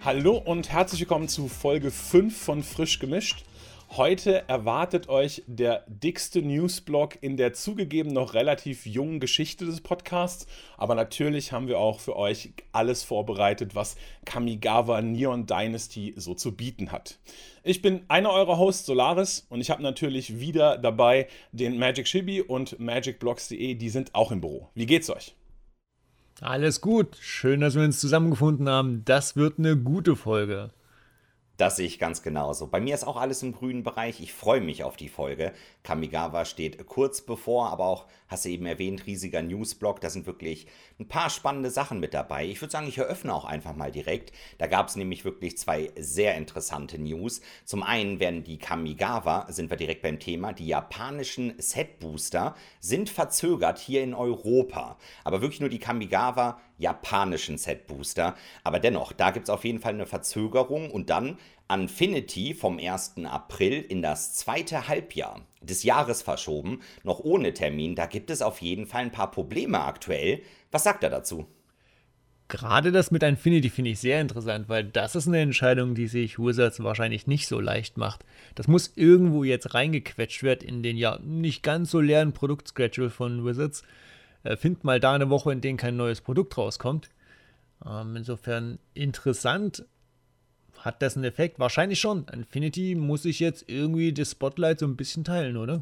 Hallo und herzlich willkommen zu Folge 5 von Frisch gemischt. Heute erwartet euch der dickste Newsblock in der zugegeben noch relativ jungen Geschichte des Podcasts. Aber natürlich haben wir auch für euch alles vorbereitet, was Kamigawa Neon Dynasty so zu bieten hat. Ich bin einer eurer Hosts, Solaris, und ich habe natürlich wieder dabei den Magic Shibi und magicblocks.de, die sind auch im Büro. Wie geht's euch? Alles gut. Schön, dass wir uns zusammengefunden haben. Das wird eine gute Folge. Das sehe ich ganz genauso. Bei mir ist auch alles im grünen Bereich. Ich freue mich auf die Folge. Kamigawa steht kurz bevor, aber auch, hast du eben erwähnt, riesiger Newsblock. Da sind wirklich ein paar spannende Sachen mit dabei. Ich würde sagen, ich eröffne auch einfach mal direkt. Da gab es nämlich wirklich zwei sehr interessante News. Zum einen werden die Kamigawa, sind wir direkt beim Thema, die japanischen Set-Booster sind verzögert hier in Europa. Aber wirklich nur die Kamigawa japanischen Set-Booster. Aber dennoch, da gibt es auf jeden Fall eine Verzögerung und dann Unfinity vom 1. April in das zweite Halbjahr des Jahres verschoben, noch ohne Termin. Da gibt es auf jeden Fall ein paar Probleme aktuell. Was sagt er dazu? Gerade das mit Infinity finde ich sehr interessant, weil das ist eine Entscheidung, die sich Wizards wahrscheinlich nicht so leicht macht. Das muss irgendwo jetzt reingequetscht werden in den ja nicht ganz so leeren Produktschedule von Wizards. Find mal da eine Woche, in der kein neues Produkt rauskommt. Insofern interessant. Hat das einen Effekt? Wahrscheinlich schon. Infinity muss sich jetzt irgendwie das Spotlight so ein bisschen teilen, oder?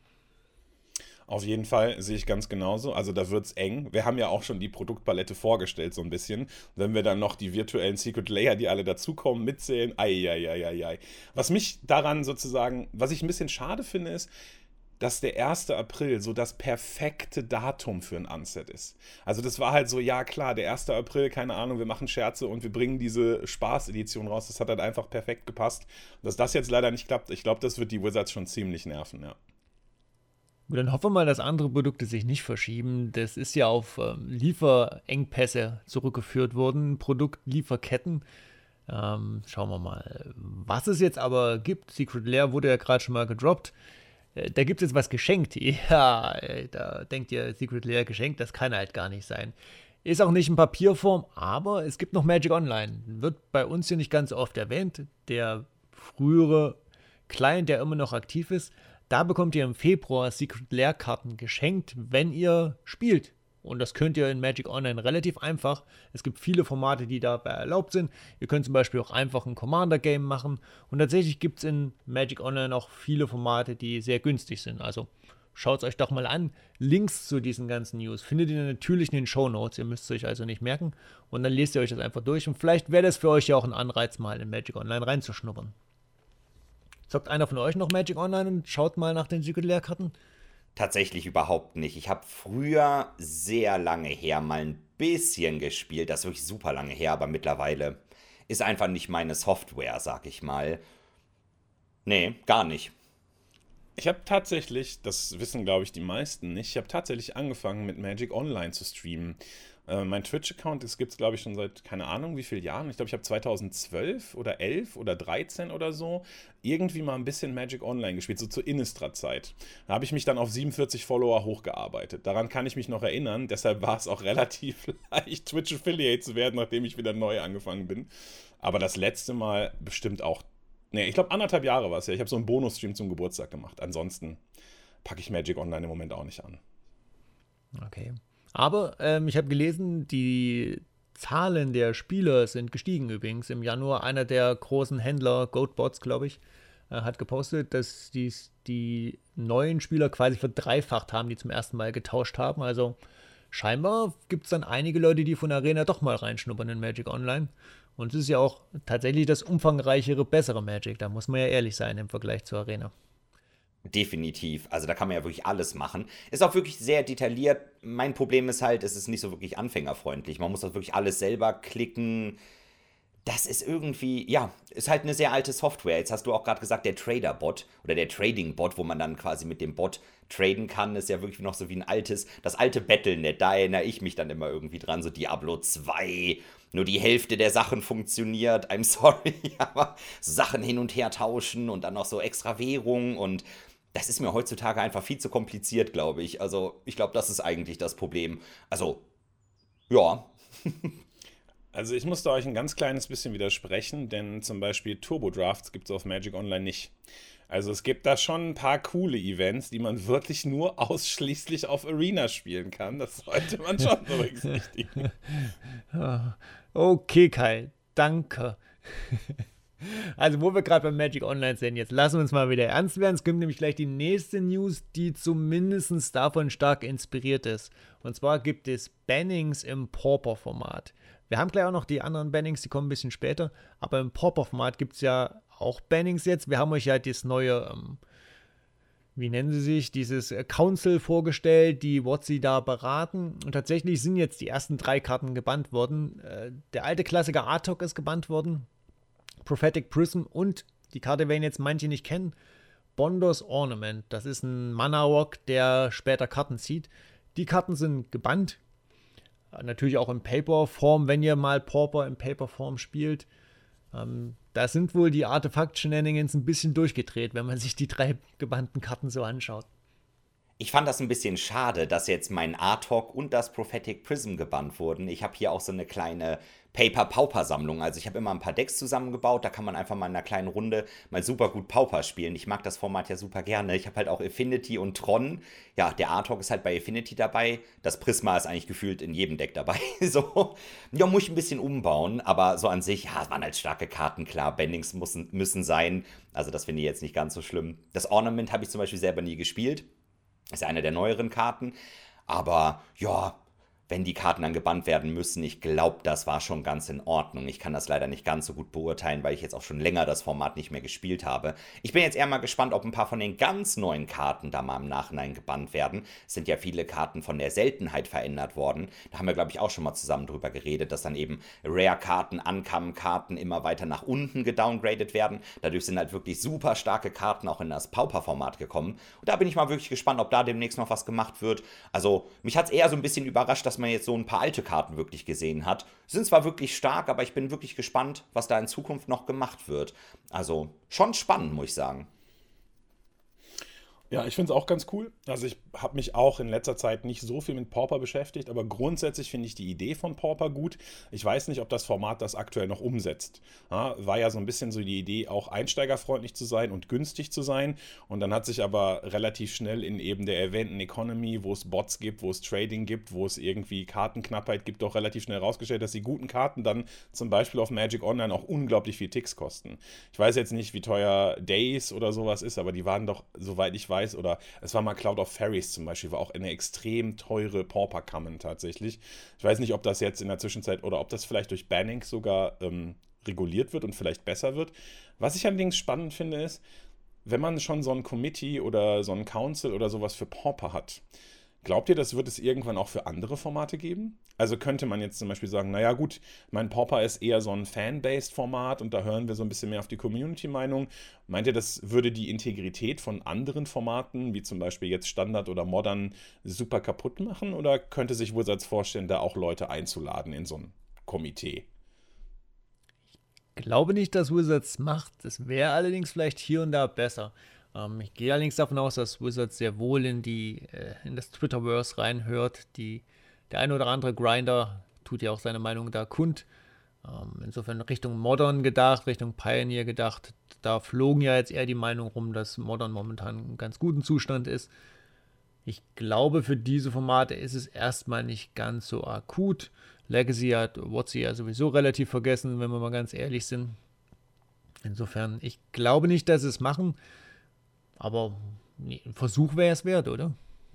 Auf jeden Fall sehe ich ganz genauso. Also da wird es eng. Wir haben ja auch schon die Produktpalette vorgestellt so ein bisschen. Wenn wir dann noch die virtuellen Secret Layer, die alle dazukommen, mitzählen, ei. Was mich daran sozusagen, was ich ein bisschen schade finde, ist, dass der 1. April so das perfekte Datum für ein Unset ist. Also das war halt so, ja klar, der 1. April, keine Ahnung, wir machen Scherze und wir bringen diese Spaß-Edition raus. Das hat halt einfach perfekt gepasst. Dass das jetzt leider nicht klappt, ich glaube, das wird die Wizards schon ziemlich nerven, ja. Gut, dann hoffen wir mal, dass andere Produkte sich nicht verschieben. Das ist ja auf Lieferengpässe zurückgeführt worden, Produktlieferketten. Schauen wir mal, was es jetzt aber gibt. Secret Lair wurde ja gerade schon mal gedroppt. Da gibt es jetzt was geschenkt. Ja, da denkt ihr, Secret Lair geschenkt, das kann halt gar nicht sein. Ist auch nicht in Papierform, aber es gibt noch Magic Online. Wird bei uns hier nicht ganz oft erwähnt. Der frühere Client, der immer noch aktiv ist. Da bekommt ihr im Februar Secret Lair Karten geschenkt, wenn ihr spielt. Und das könnt ihr in Magic Online relativ einfach. Es gibt viele Formate, die dabei erlaubt sind. Ihr könnt zum Beispiel auch einfach ein Commander-Game machen. Und tatsächlich gibt es in Magic Online auch viele Formate, die sehr günstig sind. Also schaut es euch doch mal an. Links zu diesen ganzen News findet ihr natürlich in den Shownotes. Ihr müsst es euch also nicht merken. Und dann lest ihr euch das einfach durch. Und vielleicht wäre das für euch ja auch ein Anreiz, mal in Magic Online reinzuschnuppern. Zockt einer von euch noch Magic Online und schaut mal nach den Secret Lair Karten? Tatsächlich überhaupt nicht. Ich habe früher sehr lange her mal ein bisschen gespielt. Das ist wirklich super lange her, aber mittlerweile ist einfach nicht meine Software, sag ich mal. Nee, gar nicht. Ich habe tatsächlich, das wissen glaube ich die meisten nicht, ich habe tatsächlich angefangen mit Magic Online zu streamen. Mein Twitch-Account, das gibt es glaube ich schon seit keine Ahnung wie vielen Jahren. Ich glaube, ich habe 2012 oder 11 oder 13 oder so irgendwie mal ein bisschen Magic Online gespielt, so zur Innistrad-Zeit. Da habe ich mich dann auf 47 Follower hochgearbeitet. Daran kann ich mich noch erinnern, deshalb war es auch relativ leicht, Twitch-Affiliate zu werden, nachdem ich wieder neu angefangen bin. Aber das letzte Mal bestimmt auch, nee, ich glaube 1,5 Jahre war es ja. Ich habe so einen Bonus-Stream zum Geburtstag gemacht. Ansonsten packe ich Magic Online im Moment auch nicht an. Okay. Aber ich habe gelesen, die Zahlen der Spieler sind gestiegen übrigens. Im Januar einer der großen Händler, Goatbots, glaube ich, hat gepostet, dass die neuen Spieler quasi verdreifacht haben, die zum ersten Mal getauscht haben. Also scheinbar gibt es dann einige Leute, die von Arena doch mal reinschnuppern in Magic Online. Und es ist ja auch tatsächlich das umfangreichere, bessere Magic. Da muss man ja ehrlich sein im Vergleich zur Arena. Definitiv. Also da kann man ja wirklich alles machen. Ist auch wirklich sehr detailliert. Mein Problem ist halt, es ist nicht so wirklich anfängerfreundlich. Man muss das wirklich alles selber klicken. Das ist irgendwie, ja, ist halt eine sehr alte Software. Jetzt hast du auch gerade gesagt, der Trader-Bot oder der Trading-Bot, wo man dann quasi mit dem Bot traden kann, ist ja wirklich noch so wie das alte Battlenet. Da erinnere ich mich dann immer irgendwie dran, so Diablo 2. Nur die Hälfte der Sachen funktioniert. I'm sorry, aber Sachen hin und her tauschen und dann noch so extra Währung und das ist mir heutzutage einfach viel zu kompliziert, glaube ich. Also, ich glaube, das ist eigentlich das Problem. Also, ja. Also ich musste euch ein ganz kleines bisschen widersprechen, denn zum Beispiel Turbo Drafts gibt es auf Magic Online nicht. Also es gibt da schon ein paar coole Events, die man wirklich nur ausschließlich auf Arena spielen kann. Das sollte man schon berücksichtigen. Okay, Kai, danke. Also, wo wir gerade bei Magic Online sind, jetzt lassen wir uns mal wieder ernst werden. Es kommt nämlich gleich die nächste News, die zumindest davon stark inspiriert ist. Und zwar gibt es Bannings im Pauper-Format. Wir haben gleich auch noch die anderen Bannings, die kommen ein bisschen später. Aber im Pauper-Format gibt es ja auch Bannings jetzt. Wir haben euch ja das neue, wie nennen sie sich, dieses Council vorgestellt, die WotC da beraten. Und tatsächlich sind jetzt die ersten 3 Karten gebannt worden. Der alte Klassiker Artok ist gebannt worden. Prophetic Prism und die Karte werden jetzt manche nicht kennen. Bondos Ornament. Das ist ein Mana-Rock, der später Karten zieht. Die Karten sind gebannt. Natürlich auch in Paper-Form, wenn ihr mal Pauper in Paper-Form spielt. Da sind wohl die Artefakt-Shenanigans ein bisschen durchgedreht, wenn man sich die 3 gebannten Karten so anschaut. Ich fand das ein bisschen schade, dass jetzt mein Artok und das Prophetic Prism gebannt wurden. Ich habe hier auch so eine kleine Paper-Pauper-Sammlung. Also ich habe immer ein paar Decks zusammengebaut. Da kann man einfach mal in einer kleinen Runde mal super gut Pauper spielen. Ich mag das Format ja super gerne. Ich habe halt auch Affinity und Tron. Ja, der Artok ist halt bei Affinity dabei. Das Prisma ist eigentlich gefühlt in jedem Deck dabei. So, ja, muss ich ein bisschen umbauen. Aber so an sich, ja, es waren halt starke Karten. Klar, Bendings müssen sein. Also das finde ich jetzt nicht ganz so schlimm. Das Ornament habe ich zum Beispiel selber nie gespielt. Ist ja eine der neueren Karten. Aber ja, wenn die Karten dann gebannt werden müssen, ich glaube, das war schon ganz in Ordnung. Ich kann das leider nicht ganz so gut beurteilen, weil ich jetzt auch schon länger das Format nicht mehr gespielt habe. Ich bin jetzt eher mal gespannt, ob ein paar von den ganz neuen Karten da mal im Nachhinein gebannt werden. Es sind ja viele Karten von der Seltenheit verändert worden. Da haben wir, glaube ich, auch schon mal zusammen drüber geredet, dass dann eben Rare-Karten, Uncommon-Karten immer weiter nach unten gedowngradet werden. Dadurch sind halt wirklich super starke Karten auch in das Pauper-Format gekommen. Und da bin ich mal wirklich gespannt, ob da demnächst noch was gemacht wird. Also, mich hat es eher so ein bisschen überrascht, dass man jetzt so ein paar alte Karten wirklich gesehen hat. Sind zwar wirklich stark, aber ich bin wirklich gespannt, was da in Zukunft noch gemacht wird. Also schon spannend, muss ich sagen. Ja, ich finde es auch ganz cool. Also ich habe mich auch in letzter Zeit nicht so viel mit Pauper beschäftigt, aber grundsätzlich finde ich die Idee von Pauper gut. Ich weiß nicht, ob das Format das aktuell noch umsetzt. Ja, war ja so ein bisschen so die Idee, auch einsteigerfreundlich zu sein und günstig zu sein. Und dann hat sich aber relativ schnell in eben der erwähnten Economy, wo es Bots gibt, wo es Trading gibt, wo es irgendwie Kartenknappheit gibt, doch relativ schnell herausgestellt, dass die guten Karten dann zum Beispiel auf Magic Online auch unglaublich viel Ticks kosten. Ich weiß jetzt nicht, wie teuer Days oder sowas ist, aber die waren doch, soweit ich weiß, oder es war mal Cloud of Fairies zum Beispiel, war auch eine extrem teure Pauper-Common tatsächlich. Ich weiß nicht, ob das jetzt in der Zwischenzeit oder ob das vielleicht durch Banning sogar reguliert wird und vielleicht besser wird. Was ich allerdings spannend finde, ist, wenn man schon so ein Committee oder so ein Council oder sowas für Pauper hat, glaubt ihr, das wird es irgendwann auch für andere Formate geben? Also könnte man jetzt zum Beispiel sagen, naja gut, mein Pauper ist eher so ein Fan-based-Format und da hören wir so ein bisschen mehr auf die Community-Meinung. Meint ihr, das würde die Integrität von anderen Formaten, wie zum Beispiel jetzt Standard oder Modern, super kaputt machen? Oder könnte sich Wizards vorstellen, da auch Leute einzuladen in so ein Komitee? Ich glaube nicht, dass Wizards macht. Das wäre allerdings vielleicht hier und da besser. Ich gehe allerdings davon aus, dass Wizards sehr wohl in das Twitterverse reinhört. Der eine oder andere Grinder tut ja auch seine Meinung da kund. Insofern Richtung Modern gedacht, Richtung Pioneer gedacht. Da flogen ja jetzt eher die Meinung rum, dass Modern momentan in ganz guten Zustand ist. Ich glaube, für diese Formate ist es erstmal nicht ganz so akut. Legacy hat WotC ja sowieso relativ vergessen, wenn wir mal ganz ehrlich sind. Insofern, ich glaube nicht, dass sie es machen. Aber ein Versuch wäre es wert, oder?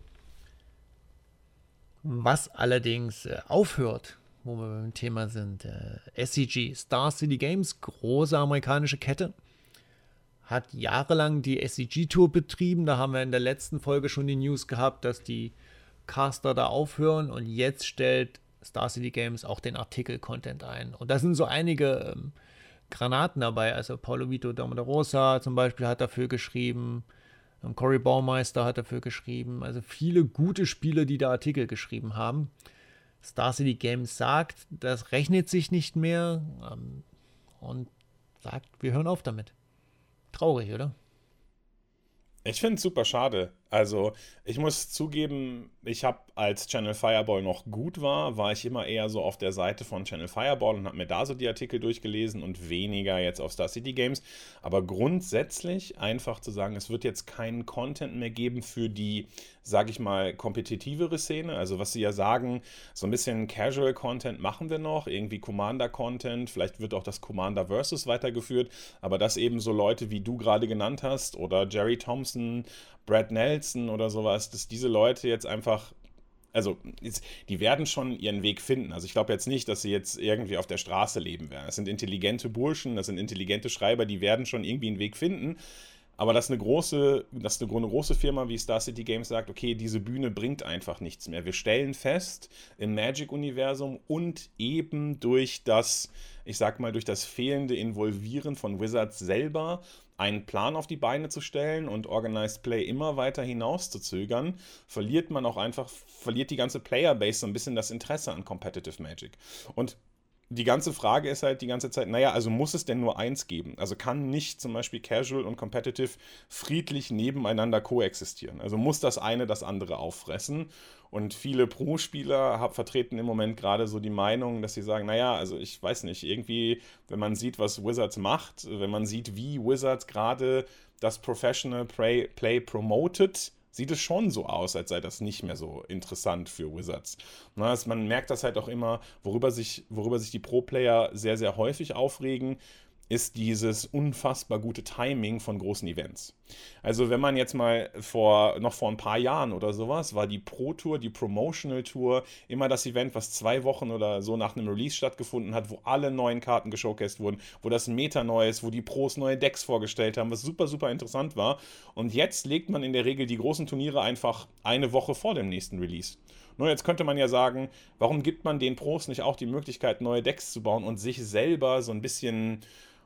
Was allerdings aufhört, wo wir beim Thema sind, SCG, Star City Games, große amerikanische Kette, hat jahrelang die SCG-Tour betrieben. Da haben wir in der letzten Folge schon die News gehabt, dass die Caster da aufhören und jetzt stellt Star City Games auch den Artikel-Content ein. Und da sind so einige Granaten dabei. Also Paulo Vito Damarosa zum Beispiel hat dafür geschrieben, Cory Baumeister hat dafür geschrieben. Also viele gute Spieler, die da Artikel geschrieben haben. Star City Games sagt, das rechnet sich nicht mehr und sagt, wir hören auf damit. Traurig, oder? Ich finde es super schade. Also ich muss zugeben, ich habe, als Channel Fireball noch gut war ich immer eher so auf der Seite von Channel Fireball und habe mir da so die Artikel durchgelesen und weniger jetzt auf Star City Games. Aber grundsätzlich einfach zu sagen, es wird jetzt keinen Content mehr geben für die, sage ich mal, kompetitivere Szene. Also was sie ja sagen, so ein bisschen Casual-Content machen wir noch, irgendwie Commander-Content, vielleicht wird auch das Commander Versus weitergeführt, aber dass eben so Leute, wie du gerade genannt hast, oder Jerry Thompson, Brad Nelson oder sowas, dass diese Leute jetzt einfach, also die werden schon ihren Weg finden. Also ich glaube jetzt nicht, dass sie jetzt irgendwie auf der Straße leben werden. Das sind intelligente Burschen, das sind intelligente Schreiber, die werden schon irgendwie einen Weg finden. Aber dass eine große Firma wie Star City Games sagt, okay, diese Bühne bringt einfach nichts mehr. Wir stellen fest, im Magic-Universum und eben durch das, ich sag mal, durch das fehlende Involvieren von Wizards selber, einen Plan auf die Beine zu stellen und Organized Play immer weiter hinauszuzögern, verliert die ganze Playerbase so ein bisschen das Interesse an Competitive Magic. Und die ganze Frage ist halt die ganze Zeit, naja, also muss es denn nur eins geben? Also kann nicht zum Beispiel Casual und Competitive friedlich nebeneinander koexistieren? Also muss das eine das andere auffressen? Und viele Pro-Spieler vertreten im Moment gerade so die Meinung, dass sie sagen, naja, also ich weiß nicht, irgendwie, wenn man sieht, was Wizards macht, wenn man sieht, wie Wizards gerade das Professional Play promotet, sieht es schon so aus, als sei das nicht mehr so interessant für Wizards. Man merkt das halt auch immer, worüber sich die Pro-Player sehr, sehr häufig aufregen, ist dieses unfassbar gute Timing von großen Events. Also wenn man jetzt mal noch vor ein paar Jahren oder sowas, war die Pro-Tour, die Promotional Tour, immer das Event, was 2 Wochen oder so nach einem Release stattgefunden hat, wo alle neuen Karten geshowcased wurden, wo das Meta neu ist, wo die Pros neue Decks vorgestellt haben, was super, super interessant war. Und jetzt legt man in der Regel die großen Turniere einfach eine Woche vor dem nächsten Release. Nur jetzt könnte man ja sagen, warum gibt man den Pros nicht auch die Möglichkeit, neue Decks zu bauen und sich selber so ein bisschen,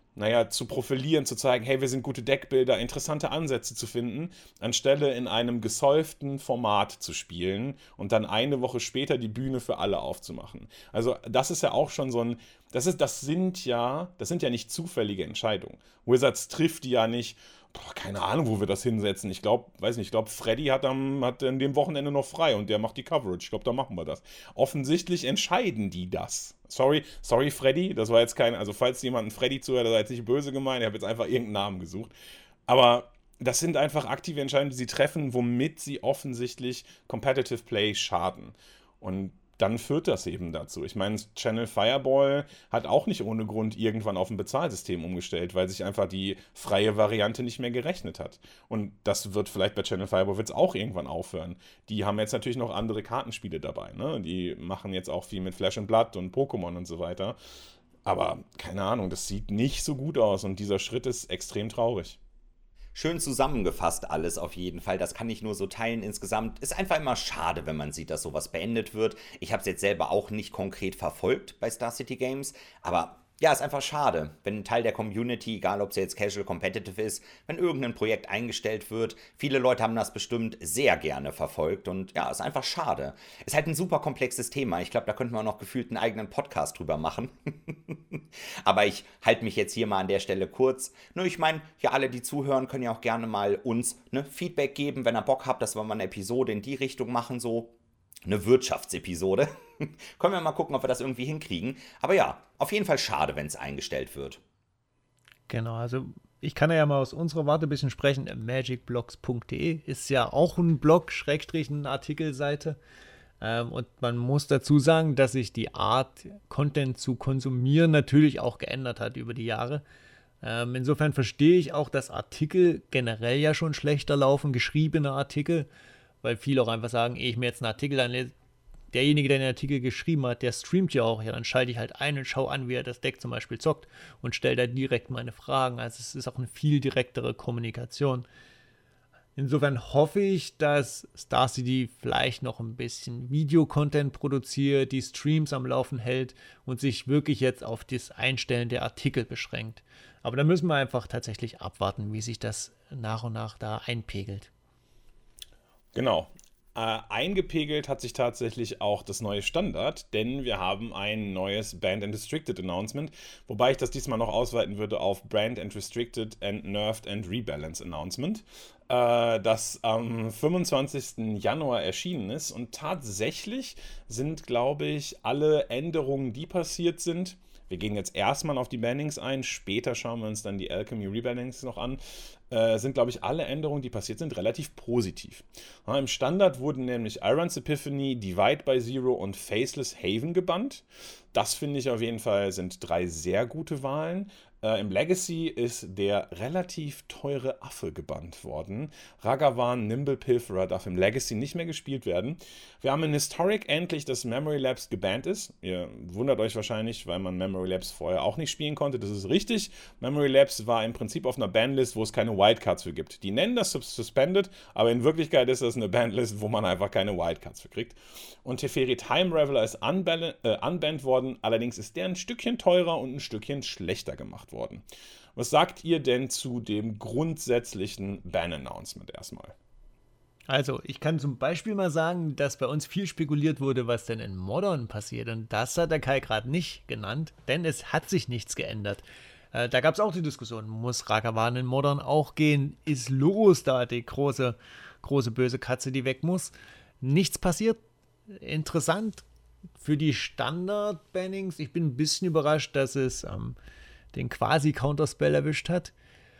zu profilieren, zu zeigen, hey, wir sind gute Deckbilder, interessante Ansätze zu finden, anstelle in einem gesäuften Format zu spielen und dann eine Woche später die Bühne für alle aufzumachen. Also das ist ja auch schon so ein, das sind ja nicht zufällige Entscheidungen. Wizards trifft die ja nicht, keine Ahnung, wo wir das hinsetzen. Ich glaube, Freddy hat in dem Wochenende noch frei und der macht die Coverage. Ich glaube, da machen wir das. Offensichtlich entscheiden die das. Sorry, Freddy, das war jetzt also falls jemand ein Freddy zuhört, das war jetzt nicht böse gemeint, ich habe jetzt einfach irgendeinen Namen gesucht. Aber das sind einfach aktive Entscheidungen, die sie treffen, womit sie offensichtlich Competitive Play schaden. Und dann führt das eben dazu. Ich meine, Channel Fireball hat auch nicht ohne Grund irgendwann auf ein Bezahlsystem umgestellt, weil sich einfach die freie Variante nicht mehr gerechnet hat. Und das wird vielleicht bei Channel Fireball wird's auch irgendwann aufhören. Die haben jetzt natürlich noch andere Kartenspiele dabei, ne? Die machen jetzt auch viel mit Flash and Blood und Pokémon und so weiter. Aber keine Ahnung, das sieht nicht so gut aus und dieser Schritt ist extrem traurig. Schön zusammengefasst alles auf jeden Fall, das kann ich nur so teilen. Insgesamt ist einfach immer schade, wenn man sieht, dass sowas beendet wird. Ich habe es jetzt selber auch nicht konkret verfolgt bei Star City Games, aber ja, ist einfach schade, wenn ein Teil der Community, egal ob es jetzt Casual Competitive ist, wenn irgendein Projekt eingestellt wird. Viele Leute haben das bestimmt sehr gerne verfolgt und ja, ist einfach schade. Ist halt ein super komplexes Thema. Ich glaube, da könnten wir noch gefühlt einen eigenen Podcast drüber machen. Aber ich halte mich jetzt hier mal an der Stelle kurz. Nur ich meine, ja, alle, die zuhören, können ja auch gerne mal uns Feedback geben, wenn ihr Bock habt, dass wir mal eine Episode in die Richtung machen, so eine Wirtschaftsepisode. Können wir mal gucken, ob wir das irgendwie hinkriegen. Aber ja, auf jeden Fall schade, wenn es eingestellt wird. Genau, also ich kann ja mal aus unserer Warte ein bisschen sprechen. magicblogs.de ist ja auch ein Blog, / eine Artikelseite. Und man muss dazu sagen, dass sich die Art, Content zu konsumieren, natürlich auch geändert hat über die Jahre. Insofern verstehe ich auch, dass Artikel generell ja schon schlechter laufen, geschriebene Artikel, weil viele auch einfach sagen, ehe ich mir jetzt einen Artikel anlese, derjenige, der den Artikel geschrieben hat, der streamt ja auch, ja, dann schalte ich halt ein und schaue an, wie er das Deck zum Beispiel zockt und stelle da direkt meine Fragen. Also es ist auch eine viel direktere Kommunikation. Insofern hoffe ich, dass Star City vielleicht noch ein bisschen Videocontent produziert, die Streams am Laufen hält und sich wirklich jetzt auf das Einstellen der Artikel beschränkt. Aber da müssen wir einfach tatsächlich abwarten, wie sich das nach und nach da einpegelt. Genau. Eingepegelt hat sich tatsächlich auch das neue Standard, denn wir haben ein neues Banned and Restricted Announcement, wobei ich das diesmal noch ausweiten würde auf Banned and Restricted and Nerfed and Rebalance Announcement. das am 25. Januar erschienen ist. Und tatsächlich sind, glaube ich, alle Änderungen, die passiert sind. Wir gehen jetzt erstmal auf die Bannings ein, später schauen wir uns dann die Alchemy Rebannings noch an. Sind, glaube ich, alle Änderungen, die passiert sind, relativ positiv. Im Standard wurden nämlich Iron's Epiphany, Divide by Zero und Faceless Haven gebannt. Das finde ich auf jeden Fall sind 3 sehr gute Wahlen. Im Legacy ist der relativ teure Affe gebannt worden. Ragavan Nimble Pilferer darf im Legacy nicht mehr gespielt werden. Wir haben in Historic endlich, dass Memory Lapse gebannt ist. Ihr wundert euch wahrscheinlich, weil man Memory Lapse vorher auch nicht spielen konnte. Das ist richtig. Memory Lapse war im Prinzip auf einer Banlist, wo es keine Wildcards für gibt. Die nennen das Suspended, aber in Wirklichkeit ist das eine Banlist, wo man einfach keine Wildcards für kriegt. Und Teferi Time Raveler ist unbanned worden, allerdings ist der ein Stückchen teurer und ein Stückchen schlechter gemacht worden. Was sagt ihr denn zu dem grundsätzlichen Ban-Announcement erstmal? Also, ich kann zum Beispiel mal sagen, dass bei uns viel spekuliert wurde, was denn in Modern passiert. Und das hat der Kai gerade nicht genannt, denn es hat sich nichts geändert. Da gab es auch die Diskussion, muss Ragavan in Modern auch gehen? Ist Lurus da die große böse Katze, die weg muss? Nichts passiert. Interessant für die Standard-Bannings. Ich bin ein bisschen überrascht, dass es den quasi Counterspell erwischt hat.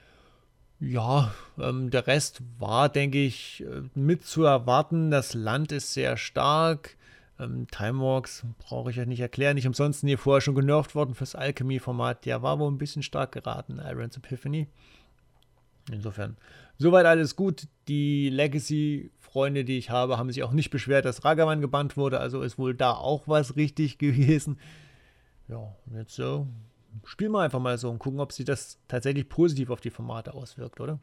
Ja, der Rest war, denke ich, mit zu erwarten. Das Land ist sehr stark. Timewalks brauche ich ja nicht erklären. Nicht umsonst hier vorher schon genervt worden fürs Alchemy-Format. Ja, war wohl ein bisschen stark geraten, Iron's Epiphany. Insofern, soweit alles gut. Die Legacy-Freunde, die ich habe, haben sich auch nicht beschwert, dass Ragavan gebannt wurde. Also ist wohl da auch was richtig gewesen. Ja, und jetzt so. Spielen wir einfach mal so und gucken, ob sich das tatsächlich positiv auf die Formate auswirkt, oder?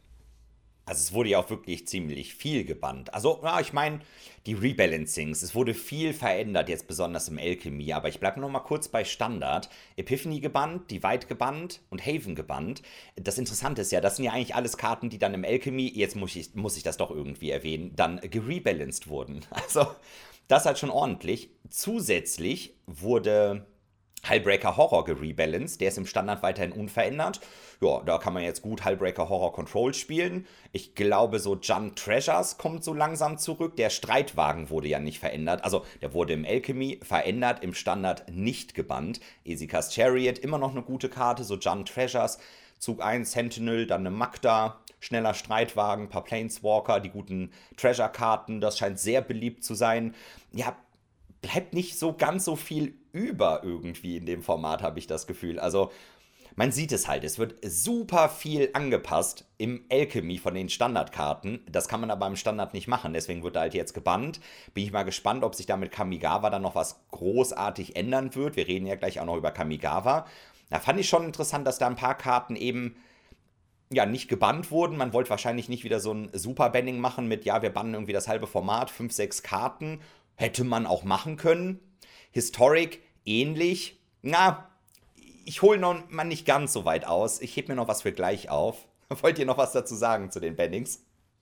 Also es wurde ja auch wirklich ziemlich viel gebannt. Also, ja, ich meine, die Rebalancings, es wurde viel verändert, jetzt besonders im Alchemy, aber ich bleibe noch mal kurz bei Standard. Epiphany gebannt, Divide gebannt und Haven gebannt. Das Interessante ist ja, das sind ja eigentlich alles Karten, die dann im Alchemy, jetzt muss ich das doch irgendwie erwähnen, dann gerebalanced wurden. Also, das halt schon ordentlich. Zusätzlich wurde Hullbreaker Horror gerebalanced, der ist im Standard weiterhin unverändert. Ja, da kann man jetzt gut Hullbreaker Horror Control spielen. Ich glaube, so Jund Treasures kommt so langsam zurück. Der Streitwagen wurde ja nicht verändert. Also, der wurde im Alchemy verändert, im Standard nicht gebannt. Esikas Chariot, immer noch eine gute Karte, so Jund Treasures. Zug 1 Sentinel, dann eine Magda, schneller Streitwagen, ein paar Planeswalker, die guten Treasure-Karten. Das scheint sehr beliebt zu sein. Ja, bleibt nicht so ganz so viel über irgendwie in dem Format, habe ich das Gefühl. Also, man sieht es halt, es wird super viel angepasst im Alchemy von den Standardkarten. Das kann man aber im Standard nicht machen, deswegen wird er halt jetzt gebannt. Bin ich mal gespannt, ob sich da mit Kamigawa dann noch was großartig ändern wird. Wir reden ja gleich auch noch über Kamigawa. Da fand ich schon interessant, dass da ein paar Karten eben ja nicht gebannt wurden. Man wollte wahrscheinlich nicht wieder so ein Super-Banning machen mit, ja, wir bannen irgendwie das halbe Format, 5, 6 Karten. Hätte man auch machen können. Historic ähnlich. Na, ich hole noch mal nicht ganz so weit aus. Ich heb mir noch was für gleich auf. Wollt ihr noch was dazu sagen zu den Bannings?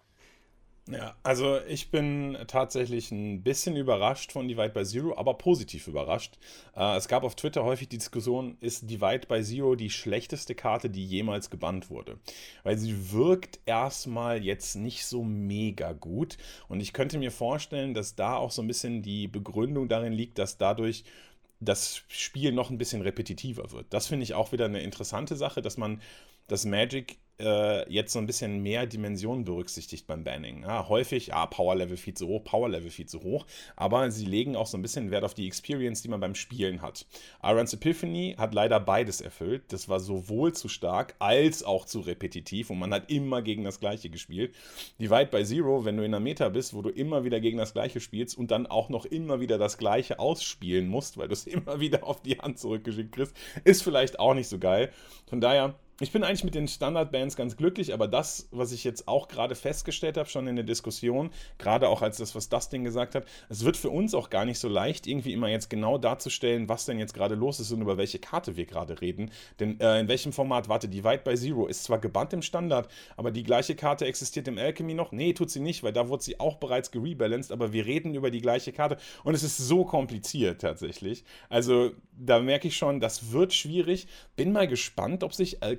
Ja, also ich bin tatsächlich ein bisschen überrascht von Divide by Zero, aber positiv überrascht. Es gab auf Twitter häufig die Diskussion, ist Divide by Zero die schlechteste Karte, die jemals gebannt wurde? Weil sie wirkt erstmal jetzt nicht so mega gut und ich könnte mir vorstellen, dass da auch so ein bisschen die Begründung darin liegt, dass dadurch das Spiel noch ein bisschen repetitiver wird. Das finde ich auch wieder eine interessante Sache, dass man das Magic jetzt so ein bisschen mehr Dimensionen berücksichtigt beim Banning. Ja, häufig, Power-Level viel zu hoch, Power-Level viel zu hoch, aber sie legen auch so ein bisschen Wert auf die Experience, die man beim Spielen hat. Iron's Epiphany hat leider beides erfüllt. Das war sowohl zu stark als auch zu repetitiv und man hat immer gegen das Gleiche gespielt. Divide by Zero, wenn du in einer Meta bist, wo du immer wieder gegen das Gleiche spielst und dann auch noch immer wieder das Gleiche ausspielen musst, weil du es immer wieder auf die Hand zurückgeschickt kriegst, ist vielleicht auch nicht so geil. Von daher, ich bin eigentlich mit den Standard-Bands ganz glücklich, aber das, was ich jetzt auch gerade festgestellt habe, schon in der Diskussion, gerade auch als das, was Dustin gesagt hat, es wird für uns auch gar nicht so leicht, irgendwie immer jetzt genau darzustellen, was denn jetzt gerade los ist und über welche Karte wir gerade reden. Denn in welchem Format, Divide by Zero ist zwar gebannt im Standard, aber die gleiche Karte existiert im Alchemy noch? Nee, tut sie nicht, weil da wurde sie auch bereits gerebalanced, aber wir reden über die gleiche Karte und es ist so kompliziert tatsächlich. Also da merke ich schon, das wird schwierig. Bin mal gespannt, ob sich Alchemy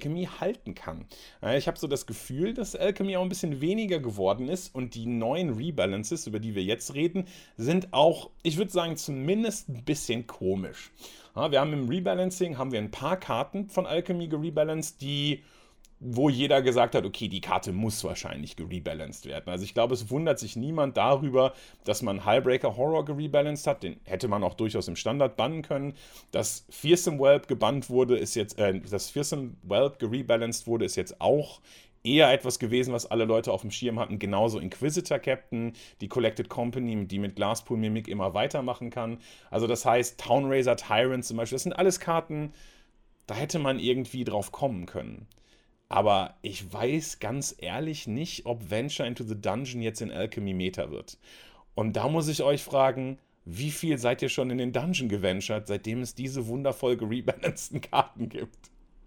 Alchemy halten kann. Ich habe so das Gefühl, dass Alchemy auch ein bisschen weniger geworden ist und die neuen Rebalances, über die wir jetzt reden, sind auch, ich würde sagen, zumindest ein bisschen komisch. Wir haben im Rebalancing ein paar Karten von Alchemy gerebalanced, wo jeder gesagt hat, okay, die Karte muss wahrscheinlich gerebalanced werden. Also ich glaube, es wundert sich niemand darüber, dass man Hullbreaker Horror gerebalanced hat. Den hätte man auch durchaus im Standard bannen können. Dass Fearsome Whelp gebannt wurde, dass Fearsome Whelp gerebalanced wurde, ist jetzt auch eher etwas gewesen, was alle Leute auf dem Schirm hatten. Genauso Inquisitor Captain, die Collected Company, die mit Glasspool Mimic immer weitermachen kann. Also das heißt, Townraiser Tyrant zum Beispiel, das sind alles Karten, da hätte man irgendwie drauf kommen können. Aber ich weiß ganz ehrlich nicht, ob Venture into the Dungeon jetzt in Alchemy Meta wird. Und da muss ich euch fragen, wie viel seid ihr schon in den Dungeon geventured, seitdem es diese wundervoll gerebalanceden Karten gibt?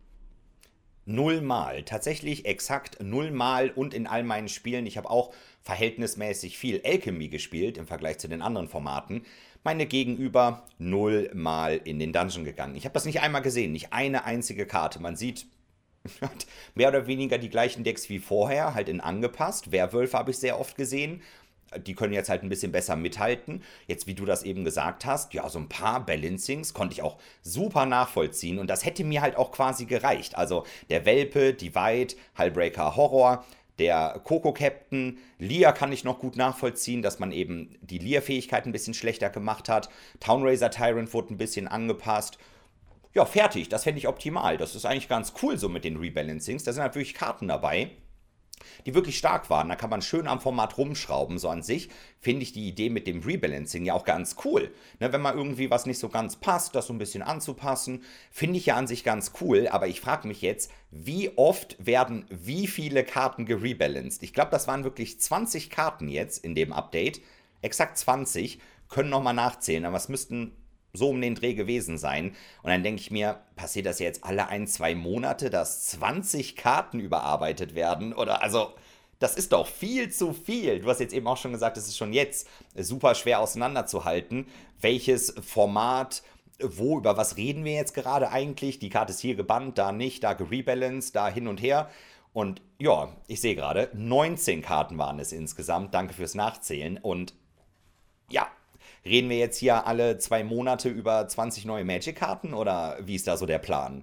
0 Mal. Tatsächlich exakt 0 Mal und in all meinen Spielen. Ich habe auch verhältnismäßig viel Alchemy gespielt im Vergleich zu den anderen Formaten. Meine Gegenüber 0 Mal in den Dungeon gegangen. Ich habe das nicht einmal gesehen, nicht eine einzige Karte. Man sieht mehr oder weniger die gleichen Decks wie vorher, halt in angepasst. Werwölfe habe ich sehr oft gesehen. Die können jetzt halt ein bisschen besser mithalten. Jetzt, wie du das eben gesagt hast, ja, so ein paar Balancings konnte ich auch super nachvollziehen. Und das hätte mir halt auch quasi gereicht. Also der Welpe, Divide, Hullbreaker Horror, der Coco Captain, Lia kann ich noch gut nachvollziehen, dass man eben die Lia-Fähigkeit ein bisschen schlechter gemacht hat. Townraiser Tyrant wurde ein bisschen angepasst. Ja, fertig. Das fände ich optimal. Das ist eigentlich ganz cool so mit den Rebalancings. Da sind halt wirklich Karten dabei, die wirklich stark waren. Da kann man schön am Format rumschrauben. So an sich finde ich die Idee mit dem Rebalancing ja auch ganz cool. Ne, wenn mal irgendwie was nicht so ganz passt, das so ein bisschen anzupassen, finde ich ja an sich ganz cool. Aber ich frage mich jetzt, wie oft werden wie viele Karten gerebalanced? Ich glaube, das waren wirklich 20 Karten jetzt in dem Update. Exakt 20. Können nochmal nachzählen, aber es müssten so um den Dreh gewesen sein. Und dann denke ich mir, passiert das jetzt alle 1-2 Monate, dass 20 Karten überarbeitet werden? Oder also, das ist doch viel zu viel. Du hast jetzt eben auch schon gesagt, es ist schon jetzt super schwer auseinanderzuhalten, welches Format, über was reden wir jetzt gerade eigentlich? Die Karte ist hier gebannt, da nicht, da gerebalanced, da hin und her. Und ja, ich sehe gerade, 19 Karten waren es insgesamt. Danke fürs Nachzählen. Und ja, reden wir jetzt hier alle 2 Monate über 20 neue Magic-Karten oder wie ist da so der Plan?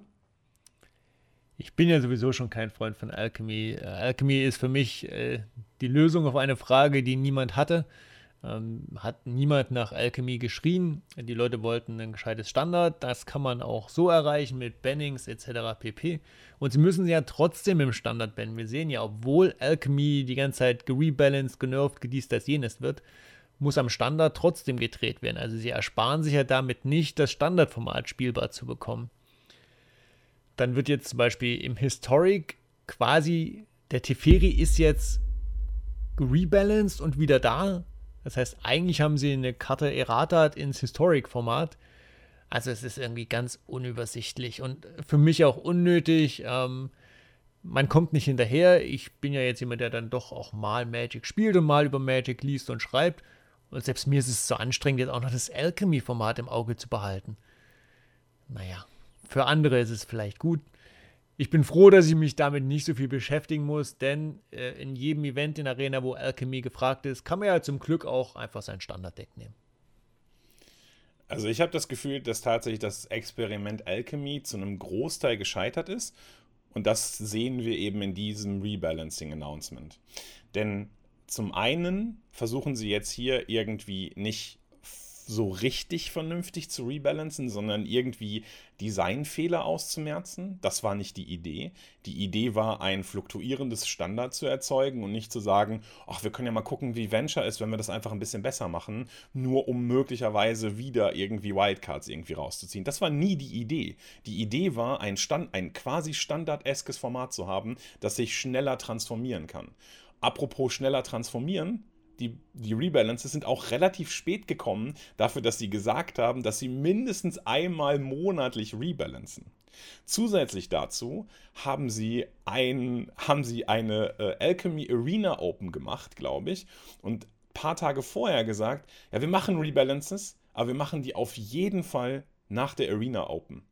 Ich bin ja sowieso schon kein Freund von Alchemy. Alchemy ist für mich die Lösung auf eine Frage, die niemand hatte. Hat niemand nach Alchemy geschrien. Die Leute wollten ein gescheites Standard. Das kann man auch so erreichen mit Bannings etc. pp. Und sie müssen sie ja trotzdem im Standard bannen. Wir sehen ja, obwohl Alchemy die ganze Zeit gerebalanced, genervt, gediest, das jenes wird, muss am Standard trotzdem gedreht werden. Also sie ersparen sich ja damit nicht, das Standardformat spielbar zu bekommen. Dann wird jetzt zum Beispiel im Historic quasi, der Teferi ist jetzt rebalanced und wieder da. Das heißt, eigentlich haben sie eine Karte erratet ins Historic-Format. Also es ist irgendwie ganz unübersichtlich und für mich auch unnötig. Man kommt nicht hinterher. Ich bin ja jetzt jemand, der dann doch auch mal Magic spielt und mal über Magic liest und schreibt. Und selbst mir ist es so anstrengend, jetzt auch noch das Alchemy-Format im Auge zu behalten. Naja, für andere ist es vielleicht gut. Ich bin froh, dass ich mich damit nicht so viel beschäftigen muss, denn in jedem Event in Arena, wo Alchemy gefragt ist, kann man ja zum Glück auch einfach sein Standarddeck nehmen. Also ich habe das Gefühl, dass tatsächlich das Experiment Alchemy zu einem Großteil gescheitert ist. Und das sehen wir eben in diesem Rebalancing-Announcement. Denn zum einen versuchen sie jetzt hier irgendwie nicht so richtig vernünftig zu rebalancen, sondern irgendwie Designfehler auszumerzen. Das war nicht die Idee. Die Idee war, ein fluktuierendes Standard zu erzeugen und nicht zu sagen, ach, wir können ja mal gucken, wie Venture ist, wenn wir das einfach ein bisschen besser machen, nur um möglicherweise wieder irgendwie Wildcards irgendwie rauszuziehen. Das war nie die Idee. Die Idee war, ein quasi standardeskes Format zu haben, das sich schneller transformieren kann. Apropos schneller transformieren, die Rebalances sind auch relativ spät gekommen, dafür, dass sie gesagt haben, dass sie mindestens einmal monatlich rebalancen. Zusätzlich dazu haben sie eine Alchemy Arena Open gemacht, glaube ich, und ein paar Tage vorher gesagt, ja, wir machen Rebalances, aber wir machen die auf jeden Fall nach der Arena Open.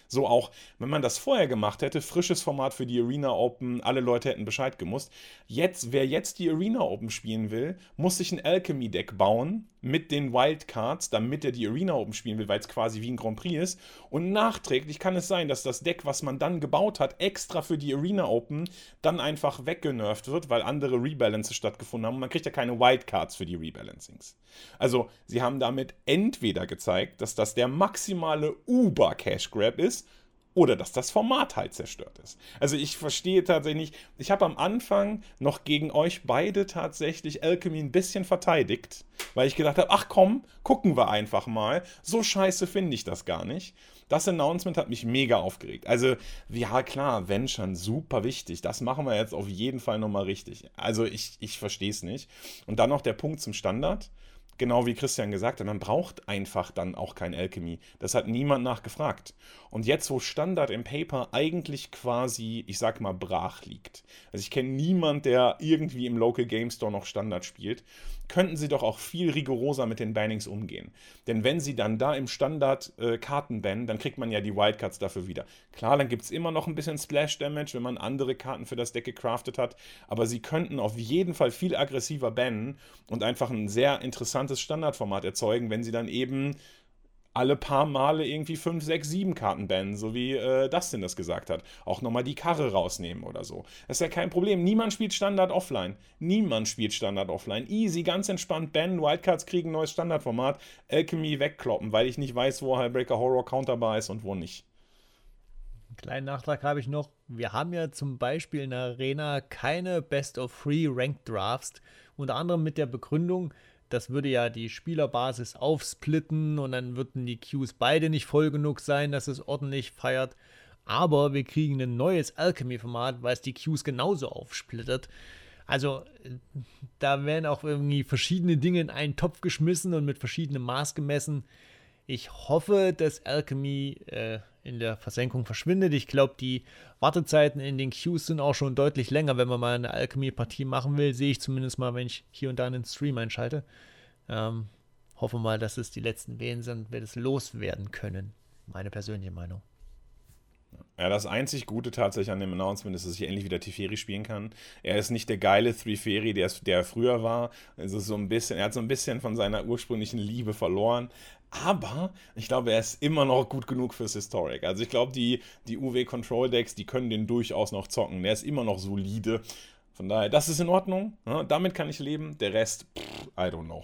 So auch, wenn man das vorher gemacht hätte, frisches Format für die Arena Open, alle Leute hätten Bescheid gemusst. Wer jetzt die Arena Open spielen will, muss sich ein Alchemy-Deck bauen mit den Wildcards, damit er die Arena Open spielen will, weil es quasi wie ein Grand Prix ist. Und nachträglich kann es sein, dass das Deck, was man dann gebaut hat, extra für die Arena Open, dann einfach weggenervt wird, weil andere Rebalances stattgefunden haben. Und man kriegt ja keine Wildcards für die Rebalancings. Also, sie haben damit entweder gezeigt, dass das der maximale Uber-Cash-Grab ist, oder dass das Format halt zerstört ist. Also ich verstehe tatsächlich nicht, ich habe am Anfang noch gegen euch beide tatsächlich Alchemy ein bisschen verteidigt, weil ich gedacht habe, ach komm, gucken wir einfach mal. So scheiße finde ich das gar nicht. Das Announcement hat mich mega aufgeregt. Also, ja klar, wenn schon, super wichtig. Das machen wir jetzt auf jeden Fall nochmal richtig. Also ich verstehe es nicht. Und dann noch der Punkt zum Standard. Genau wie Christian gesagt hat, man braucht einfach dann auch kein Alchemy. Das hat niemand nachgefragt. Und jetzt, wo Standard im Paper eigentlich quasi, ich sag mal, brach liegt. Also ich kenne niemanden, der irgendwie im Local Game Store noch Standard spielt. Könnten sie doch auch viel rigoroser mit den Bannings umgehen. Denn wenn sie dann da im Standard Karten bannen, dann kriegt man ja die Wildcards dafür wieder. Klar, dann gibt es immer noch ein bisschen Splash Damage, wenn man andere Karten für das Deck gecraftet hat. Aber sie könnten auf jeden Fall viel aggressiver bannen und einfach ein sehr interessantes Standardformat erzeugen, wenn sie dann eben alle paar Male irgendwie 5, 6, 7 Karten bannen, so wie Dustin das gesagt hat. Auch nochmal die Karre rausnehmen oder so. Das ist ja kein Problem. Niemand spielt Standard offline. Niemand spielt Standard offline. Easy, ganz entspannt bannen, Wildcards kriegen, neues Standardformat, Alchemy wegkloppen, weil ich nicht weiß, wo Hullbreaker Horror counterbar ist und wo nicht. Einen kleinen Nachtrag habe ich noch. Wir haben ja zum Beispiel in der Arena keine Best-of-3 Ranked Drafts. Unter anderem mit der Begründung, das würde ja die Spielerbasis aufsplitten und dann würden die Queues beide nicht voll genug sein, dass es ordentlich feiert. Aber wir kriegen ein neues Alchemy-Format, weil es die Queues genauso aufsplittert. Also da werden auch irgendwie verschiedene Dinge in einen Topf geschmissen und mit verschiedenem Maß gemessen. Ich hoffe, dass Alchemy in der Versenkung verschwindet. Ich glaube, die Wartezeiten in den Queues sind auch schon deutlich länger. Wenn man mal eine Alchemy-Partie machen will, sehe ich zumindest mal, wenn ich hier und da einen Stream einschalte. Hoffe mal, dass es die letzten Wehen sind, wir das loswerden können. Meine persönliche Meinung. Ja, das einzig Gute tatsächlich an dem Announcement ist, dass ich endlich wieder Teferi spielen kann. Er ist nicht der geile Teferi, der er früher war. Also er hat so ein bisschen von seiner ursprünglichen Liebe verloren. Aber ich glaube, er ist immer noch gut genug fürs Historic. Also ich glaube, die UW-Control-Decks, die können den durchaus noch zocken. Der ist immer noch solide. Von daher, das ist in Ordnung. Ja, damit kann ich leben. Der Rest, I don't know.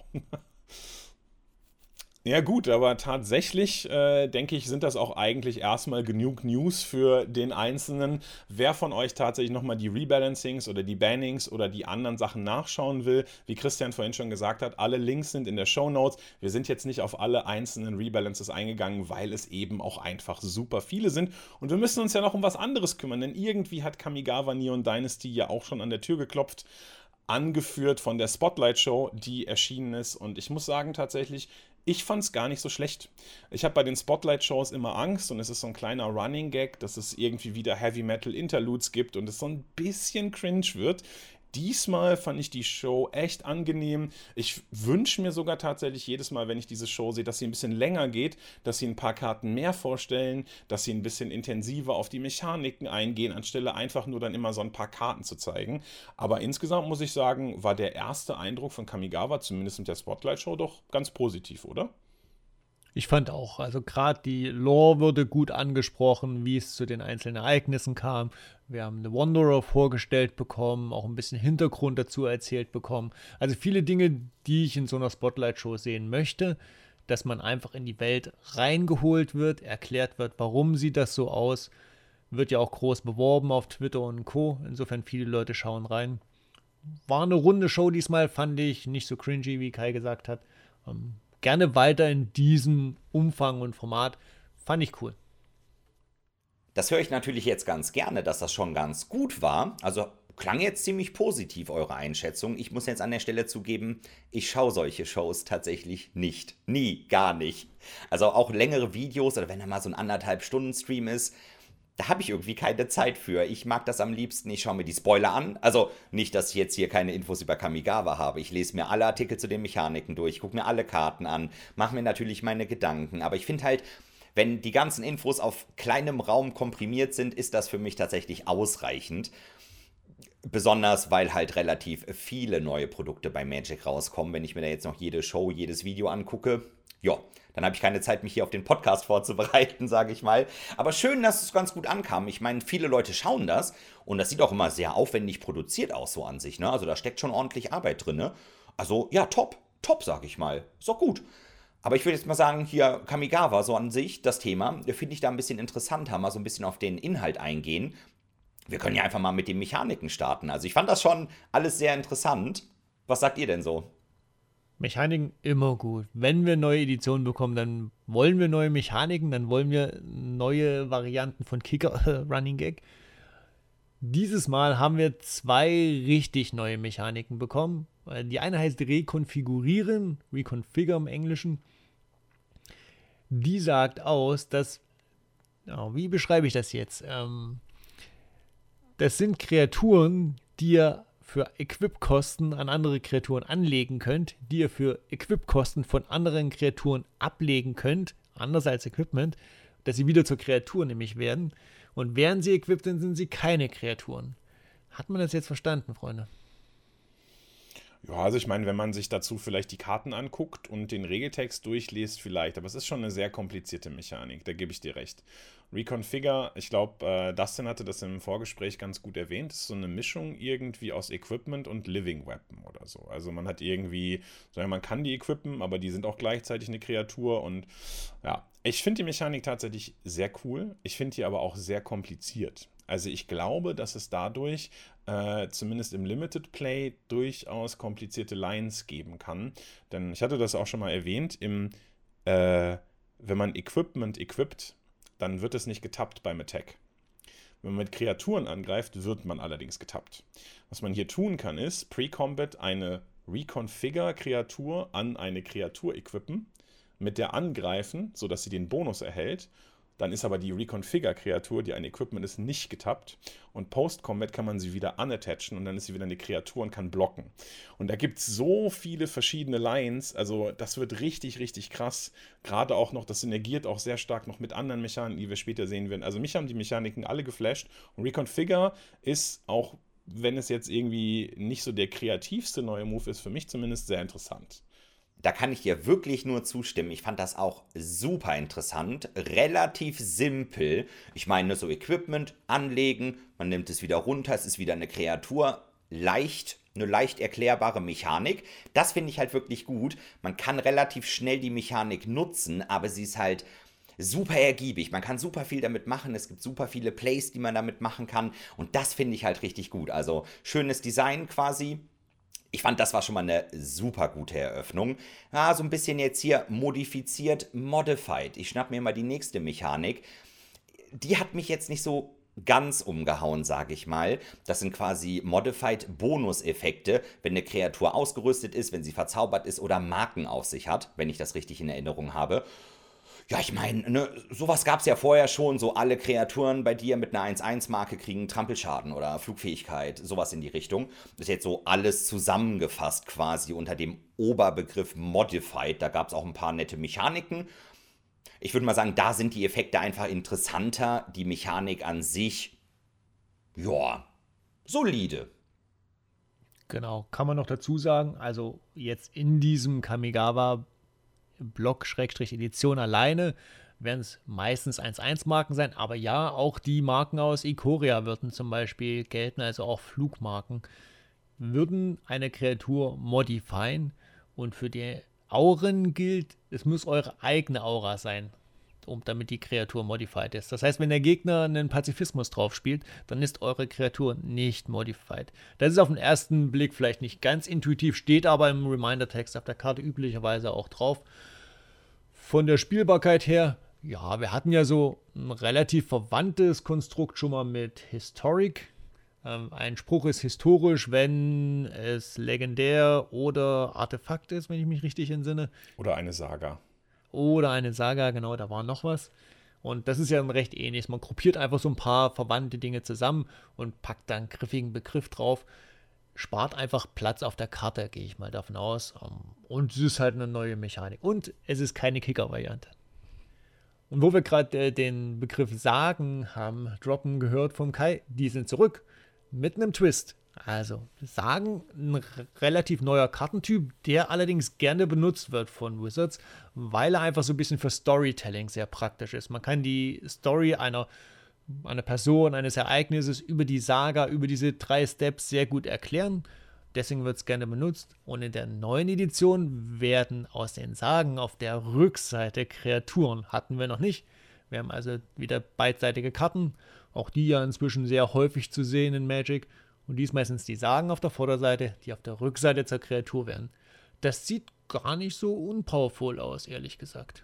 Ja gut, aber tatsächlich, denke ich, sind das auch eigentlich erstmal genug News für den Einzelnen. Wer von euch tatsächlich nochmal die Rebalancings oder die Bannings oder die anderen Sachen nachschauen will, wie Christian vorhin schon gesagt hat, alle Links sind in der Shownotes. Wir sind jetzt nicht auf alle einzelnen Rebalances eingegangen, weil es eben auch einfach super viele sind. Und wir müssen uns ja noch um was anderes kümmern, denn irgendwie hat Kamigawa Neon Dynasty ja auch schon an der Tür geklopft. Angeführt von der Spotlight Show, die erschienen ist. Und ich muss sagen, tatsächlich, ich fand es gar nicht so schlecht. Ich habe bei den Spotlight-Shows immer Angst und es ist so ein kleiner Running Gag, dass es irgendwie wieder Heavy Metal Interludes gibt und es so ein bisschen cringe wird. Diesmal fand ich die Show echt angenehm. Ich wünsche mir sogar tatsächlich jedes Mal, wenn ich diese Show sehe, dass sie ein bisschen länger geht, dass sie ein paar Karten mehr vorstellen, dass sie ein bisschen intensiver auf die Mechaniken eingehen, anstelle einfach nur dann immer so ein paar Karten zu zeigen. Aber insgesamt muss ich sagen, war der erste Eindruck von Kamigawa, zumindest mit der Spotlight-Show, doch ganz positiv, oder? Ich fand auch, also gerade die Lore wurde gut angesprochen, wie es zu den einzelnen Ereignissen kam. Wir haben eine Wanderer vorgestellt bekommen, auch ein bisschen Hintergrund dazu erzählt bekommen. Also viele Dinge, die ich in so einer Spotlight-Show sehen möchte, dass man einfach in die Welt reingeholt wird, erklärt wird, warum sieht das so aus. Wird ja auch groß beworben auf Twitter und Co. Insofern viele Leute schauen rein. War eine runde Show diesmal, fand ich nicht so cringy, wie Kai gesagt hat. Gerne weiter in diesem Umfang und Format. Fand ich cool. Das höre ich natürlich jetzt ganz gerne, dass das schon ganz gut war. Also klang jetzt ziemlich positiv, eure Einschätzung. Ich muss jetzt an der Stelle zugeben, ich schaue solche Shows tatsächlich nicht. Nie, gar nicht. Also auch längere Videos oder wenn da mal so ein 1,5-Stunden-Stream ist, da habe ich irgendwie keine Zeit für. Ich mag das am liebsten, ich schaue mir die Spoiler an. Also nicht, dass ich jetzt hier keine Infos über Kamigawa habe. Ich lese mir alle Artikel zu den Mechaniken durch, gucke mir alle Karten an, mache mir natürlich meine Gedanken. Aber ich finde halt, Wenn die ganzen Infos auf kleinem Raum komprimiert sind, ist das für mich tatsächlich ausreichend. Besonders, weil halt relativ viele neue Produkte bei Magic rauskommen. Wenn ich mir da jetzt noch jede Show, jedes Video angucke, ja, dann habe ich keine Zeit, mich hier auf den Podcast vorzubereiten, sage ich mal. Aber schön, dass es ganz gut ankam. Ich meine, viele Leute schauen das und das sieht auch immer sehr aufwendig produziert aus, so an sich. Ne? Also da steckt schon ordentlich Arbeit drin. Ne? Also ja, top, sage ich mal. Ist doch gut. Aber ich würde jetzt mal sagen, hier Kamigawa, so an sich, das Thema, finde ich da ein bisschen interessanter, mal so ein bisschen auf den Inhalt eingehen. Wir können ja einfach mal mit den Mechaniken starten. Also ich fand das schon alles sehr interessant. Was sagt ihr denn so? Mechaniken immer gut. Wenn wir neue Editionen bekommen, dann wollen wir neue Mechaniken, dann wollen wir neue Varianten von Kicker Running Gag. Dieses Mal haben wir 2 richtig neue Mechaniken bekommen. Die eine heißt Rekonfigurieren, Reconfigure im Englischen. Die sagt aus, dass, wie beschreibe ich das jetzt? Das sind Kreaturen, die ihr für Equip-Kosten an andere Kreaturen anlegen könnt, die ihr für Equip-Kosten von anderen Kreaturen ablegen könnt, anders als Equipment, dass sie wieder zur Kreatur nämlich werden. Und während sie equipped sind, sind sie keine Kreaturen. Hat man das jetzt verstanden, Freunde? Ja, also ich meine, wenn man sich dazu vielleicht die Karten anguckt und den Regeltext durchliest, vielleicht. Aber es ist schon eine sehr komplizierte Mechanik, da gebe ich dir recht. Reconfigure, ich glaube, Dustin hatte das im Vorgespräch ganz gut erwähnt, ist so eine Mischung irgendwie aus Equipment und Living Weapon oder so. Also man hat irgendwie, man kann die equippen, aber die sind auch gleichzeitig eine Kreatur und ja, ich finde die Mechanik tatsächlich sehr cool. Ich finde die aber auch sehr kompliziert. Also ich glaube, dass es dadurch zumindest im Limited Play durchaus komplizierte Lines geben kann. Denn ich hatte das auch schon mal erwähnt, wenn man Equipment equipt, dann wird es nicht getappt beim Attack. Wenn man mit Kreaturen angreift, wird man allerdings getappt. Was man hier tun kann, ist Pre-Combat eine Reconfigure-Kreatur an eine Kreatur equippen, mit der angreifen, sodass sie den Bonus erhält. Dann ist aber die Reconfigure-Kreatur, die ein Equipment ist, nicht getappt. Und Post-Combat kann man sie wieder unattachen und dann ist sie wieder eine Kreatur und kann blocken. Und da gibt es so viele verschiedene Lines, also das wird richtig, richtig krass. Gerade auch noch, das synergiert auch sehr stark noch mit anderen Mechaniken, die wir später sehen werden. Also mich haben die Mechaniken alle geflasht. Und Reconfigure ist auch, wenn es jetzt irgendwie nicht so der kreativste neue Move ist, für mich zumindest sehr interessant. Da kann ich dir wirklich nur zustimmen. Ich fand das auch super interessant, relativ simpel. Ich meine, so Equipment anlegen, man nimmt es wieder runter, es ist wieder eine Kreatur, eine leicht erklärbare Mechanik. Das finde ich halt wirklich gut. Man kann relativ schnell die Mechanik nutzen, aber sie ist halt super ergiebig. Man kann super viel damit machen. Es gibt super viele Plays, die man damit machen kann. Und das finde ich halt richtig gut. Also schönes Design quasi. Ich fand, das war schon mal eine super gute Eröffnung. Ja, so ein bisschen jetzt hier modifiziert, modified. Ich schnapp mir mal die nächste Mechanik. Die hat mich jetzt nicht so ganz umgehauen, sage ich mal. Das sind quasi modified Bonuseffekte, wenn eine Kreatur ausgerüstet ist, wenn sie verzaubert ist oder Marken auf sich hat, wenn ich das richtig in Erinnerung habe. Ja, ich meine, ne, sowas gab es ja vorher schon, so alle Kreaturen bei dir mit einer 1-1-Marke kriegen Trampelschaden oder Flugfähigkeit, sowas in die Richtung. Das ist jetzt so alles zusammengefasst quasi unter dem Oberbegriff Modified. Da gab es auch ein paar nette Mechaniken. Ich würde mal sagen, da sind die Effekte einfach interessanter. Die Mechanik an sich, ja, solide. Genau, kann man noch dazu sagen, also jetzt in diesem Kamigawa Block-Edition alleine werden es meistens 1-1-Marken sein, aber ja, auch die Marken aus Ikoria würden zum Beispiel gelten, also auch Flugmarken, würden eine Kreatur modifieren und für die Auren gilt, es muss eure eigene Aura sein, damit die Kreatur modified ist. Das heißt, wenn der Gegner einen Pazifismus drauf spielt, dann ist eure Kreatur nicht modified. Das ist auf den ersten Blick vielleicht nicht ganz intuitiv, steht aber im Reminder-Text auf der Karte üblicherweise auch drauf. Von der Spielbarkeit her, ja, wir hatten ja so ein relativ verwandtes Konstrukt schon mal mit Historic. Ein Spruch ist historisch, wenn es legendär oder Artefakt ist, wenn ich mich richtig entsinne. Oder eine Saga. Oder eine Saga, genau, da war noch was. Und das ist ja ein recht ähnliches. Man gruppiert einfach so ein paar verwandte Dinge zusammen und packt da einen griffigen Begriff drauf. Spart einfach Platz auf der Karte, gehe ich mal davon aus. Und es ist halt eine neue Mechanik. Und es ist keine Kicker-Variante. Und wo wir gerade den Begriff Sagen haben droppen gehört vom Kai, die sind zurück mit einem Twist. Also Sagen, ein relativ neuer Kartentyp, der allerdings gerne benutzt wird von Wizards, weil er einfach so ein bisschen für Storytelling sehr praktisch ist. Man kann die Story einer Person, eines Ereignisses über die Saga, über diese 3 Steps sehr gut erklären. Deswegen wird es gerne benutzt. Und in der neuen Edition werden aus den Sagen auf der Rückseite Kreaturen. Hatten wir noch nicht. Wir haben also wieder beidseitige Karten. Auch die ja inzwischen sehr häufig zu sehen in Magic. Und diesmal sind es die Sagen auf der Vorderseite, die auf der Rückseite zur Kreatur werden. Das sieht gar nicht so unpowerful aus, ehrlich gesagt.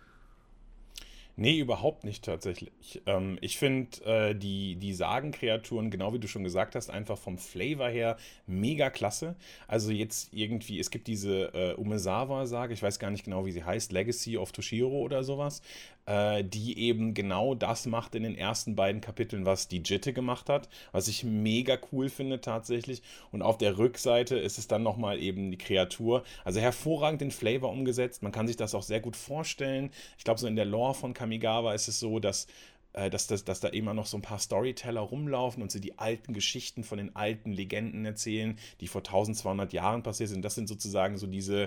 Nee, überhaupt nicht tatsächlich. Ich finde die Sagenkreaturen, genau wie du schon gesagt hast, einfach vom Flavor her mega klasse. Also jetzt irgendwie, es gibt diese Umezawa-Sage, ich weiß gar nicht genau, wie sie heißt, Legacy of Toshiro oder sowas, die eben genau das macht in den ersten beiden Kapiteln, was die Jitte gemacht hat, was ich mega cool finde tatsächlich. Und auf der Rückseite ist es dann nochmal eben die Kreatur. Also hervorragend den Flavor umgesetzt. Man kann sich das auch sehr gut vorstellen. Ich glaube, so in der Lore von Kamigawa ist es so, dass da immer noch so ein paar Storyteller rumlaufen und sie die alten Geschichten von den alten Legenden erzählen, die vor 1200 Jahren passiert sind. Das sind sozusagen so diese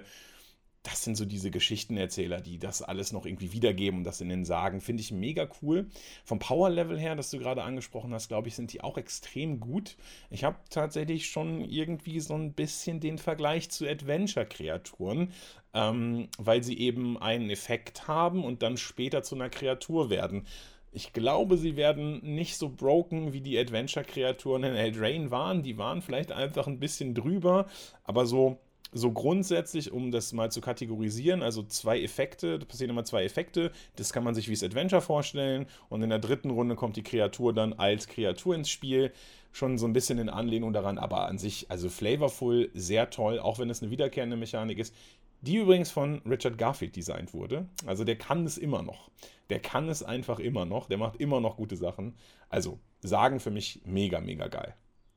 Geschichtenerzähler, die das alles noch irgendwie wiedergeben und das in den Sagen. Finde ich mega cool. Vom Power-Level her, das du gerade angesprochen hast, glaube ich, sind die auch extrem gut. Ich habe tatsächlich schon irgendwie so ein bisschen den Vergleich zu Adventure-Kreaturen, weil sie eben einen Effekt haben und dann später zu einer Kreatur werden. Ich glaube, sie werden nicht so broken, wie die Adventure-Kreaturen in Eldraine waren. Die waren vielleicht einfach ein bisschen drüber, aber so grundsätzlich, um das mal zu kategorisieren, also 2 Effekte, da passieren immer 2 Effekte, das kann man sich wie das Adventure vorstellen und in der dritten Runde kommt die Kreatur dann als Kreatur ins Spiel, schon so ein bisschen in Anlehnung daran, aber an sich, also flavorful, sehr toll, auch wenn es eine wiederkehrende Mechanik ist, die übrigens von Richard Garfield designt wurde, also der kann es immer noch, der kann es einfach immer noch, der macht immer noch gute Sachen, also Sagen für mich mega, mega geil.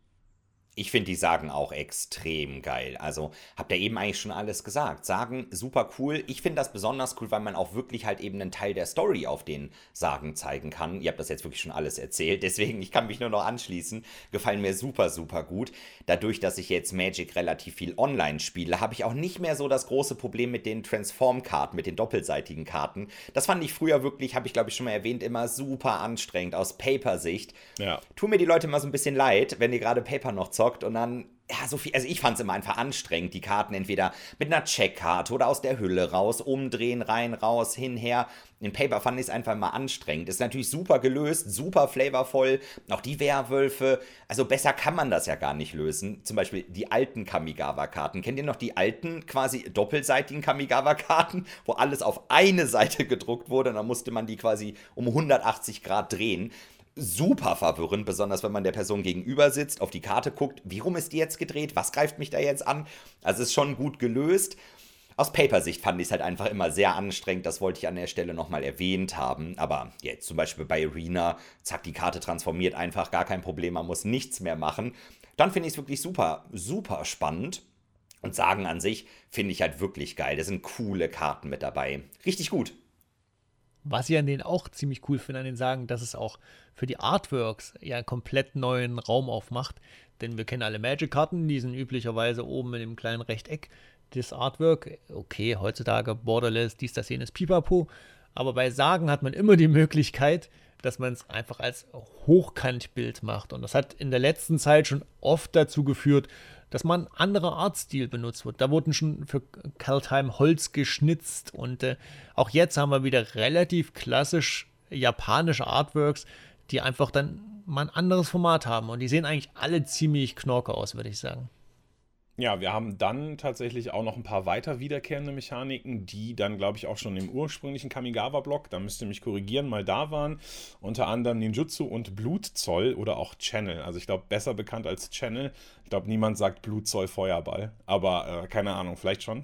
Ich finde die Sagen auch extrem geil. Also, habt ihr eben eigentlich schon alles gesagt. Sagen, super cool. Ich finde das besonders cool, weil man auch wirklich halt eben einen Teil der Story auf den Sagen zeigen kann. Ihr habt das jetzt wirklich schon alles erzählt, deswegen, ich kann mich nur noch anschließen. Gefallen mir super, super gut. Dadurch, dass ich jetzt Magic relativ viel online spiele, habe ich auch nicht mehr so das große Problem mit den Transform-Karten, mit den doppelseitigen Karten. Das fand ich früher wirklich, habe ich glaube ich schon mal erwähnt, immer super anstrengend aus Paper-Sicht. Ja. Tun mir die Leute mal so ein bisschen leid, wenn ihr gerade Paper noch zockt und dann, ja, so viel, also ich fand es immer einfach anstrengend, die Karten entweder mit einer Checkkarte oder aus der Hülle raus, umdrehen, rein, raus, hinher. In Paper fand ich es einfach immer anstrengend. Ist natürlich super gelöst, super flavorvoll, auch die Werwölfe, also besser kann man das ja gar nicht lösen. Zum Beispiel die alten Kamigawa-Karten. Kennt ihr noch die alten, quasi doppelseitigen Kamigawa-Karten, wo alles auf eine Seite gedruckt wurde und dann musste man die quasi um 180 Grad drehen? Super verwirrend, besonders wenn man der Person gegenüber sitzt, auf die Karte guckt, wie rum ist die jetzt gedreht, was greift mich da jetzt an? Also es ist schon gut gelöst. Aus Paper-Sicht fand ich es halt einfach immer sehr anstrengend, das wollte ich an der Stelle nochmal erwähnt haben, aber jetzt zum Beispiel bei Arena, zack, die Karte transformiert einfach, gar kein Problem, man muss nichts mehr machen. Dann finde ich es wirklich super, super spannend. Und Sagen an sich finde ich halt wirklich geil, da sind coole Karten mit dabei. Richtig gut. Was ich an denen auch ziemlich cool finde, an den Sagen, dass es auch für die Artworks ja einen komplett neuen Raum aufmacht. Denn wir kennen alle Magic-Karten, die sind üblicherweise oben in dem kleinen Rechteck. Das Artwork, okay, heutzutage Borderless, dies, das, jenes, Pipapo. Aber bei Sagen hat man immer die Möglichkeit, dass man es einfach als Hochkantbild macht. Und das hat in der letzten Zeit schon oft dazu geführt, dass man anderer Artstil benutzt wird. Da wurden schon für Kaldheim Holz geschnitzt und auch jetzt haben wir wieder relativ klassisch japanische Artworks, die einfach dann mal ein anderes Format haben und die sehen eigentlich alle ziemlich knorke aus, würde ich sagen. Ja, wir haben dann tatsächlich auch noch ein paar weiter wiederkehrende Mechaniken, die dann, glaube ich, auch schon im ursprünglichen Kamigawa-Block, da müsst ihr mich korrigieren, mal da waren. Unter anderem Ninjutsu und Blutzoll oder auch Channel. Also ich glaube, besser bekannt als Channel. Ich glaube, niemand sagt Blutzoll Feuerball, aber keine Ahnung, vielleicht schon.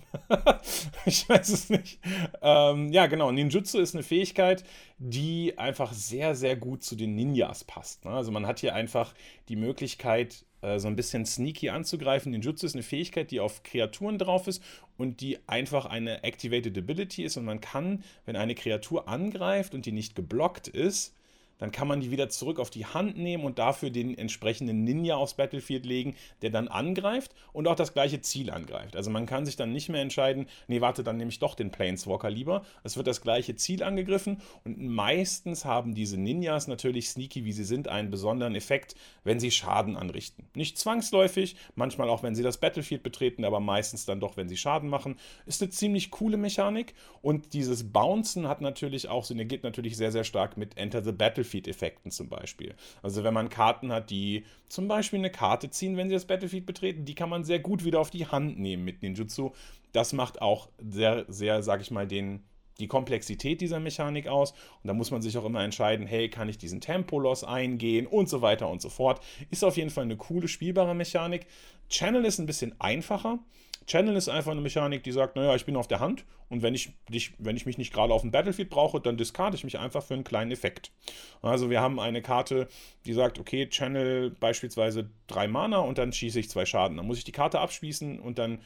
Ich weiß es nicht. Ja, genau, Ninjutsu ist eine Fähigkeit, die einfach sehr, sehr gut zu den Ninjas passt. Ne? Also man hat hier einfach die Möglichkeit, so ein bisschen sneaky anzugreifen. Ninjutsu ist eine Fähigkeit, die auf Kreaturen drauf ist und die einfach eine Activated Ability ist. Und man kann, wenn eine Kreatur angreift und die nicht geblockt ist, dann kann man die wieder zurück auf die Hand nehmen und dafür den entsprechenden Ninja aufs Battlefield legen, der dann angreift und auch das gleiche Ziel angreift. Also man kann sich dann nicht mehr entscheiden, nee, warte, dann nehme ich doch den Planeswalker lieber. Es wird das gleiche Ziel angegriffen und meistens haben diese Ninjas natürlich, sneaky wie sie sind, einen besonderen Effekt, wenn sie Schaden anrichten. Nicht zwangsläufig, manchmal auch, wenn sie das Battlefield betreten, aber meistens dann doch, wenn sie Schaden machen. Ist eine ziemlich coole Mechanik und dieses Bouncen hat natürlich auch, synergiert natürlich sehr, sehr stark mit Enter the Battlefield-Effekten zum Beispiel. Also wenn man Karten hat, die zum Beispiel eine Karte ziehen, wenn sie das Battlefield betreten, die kann man sehr gut wieder auf die Hand nehmen mit Ninjutsu. Das macht auch sehr, sehr, sag ich mal, die Komplexität dieser Mechanik aus. Und da muss man sich auch immer entscheiden, hey, kann ich diesen Tempo-Loss eingehen und so weiter und so fort. Ist auf jeden Fall eine coole, spielbare Mechanik. Channel ist ein bisschen einfacher. Channel ist einfach eine Mechanik, die sagt, naja, ich bin auf der Hand und wenn ich mich nicht gerade auf dem Battlefield brauche, dann discarde ich mich einfach für einen kleinen Effekt. Also wir haben eine Karte, die sagt, okay, Channel beispielsweise 3 Mana und dann schieße ich 2 Schaden. Dann muss ich die Karte abschmeißen und dann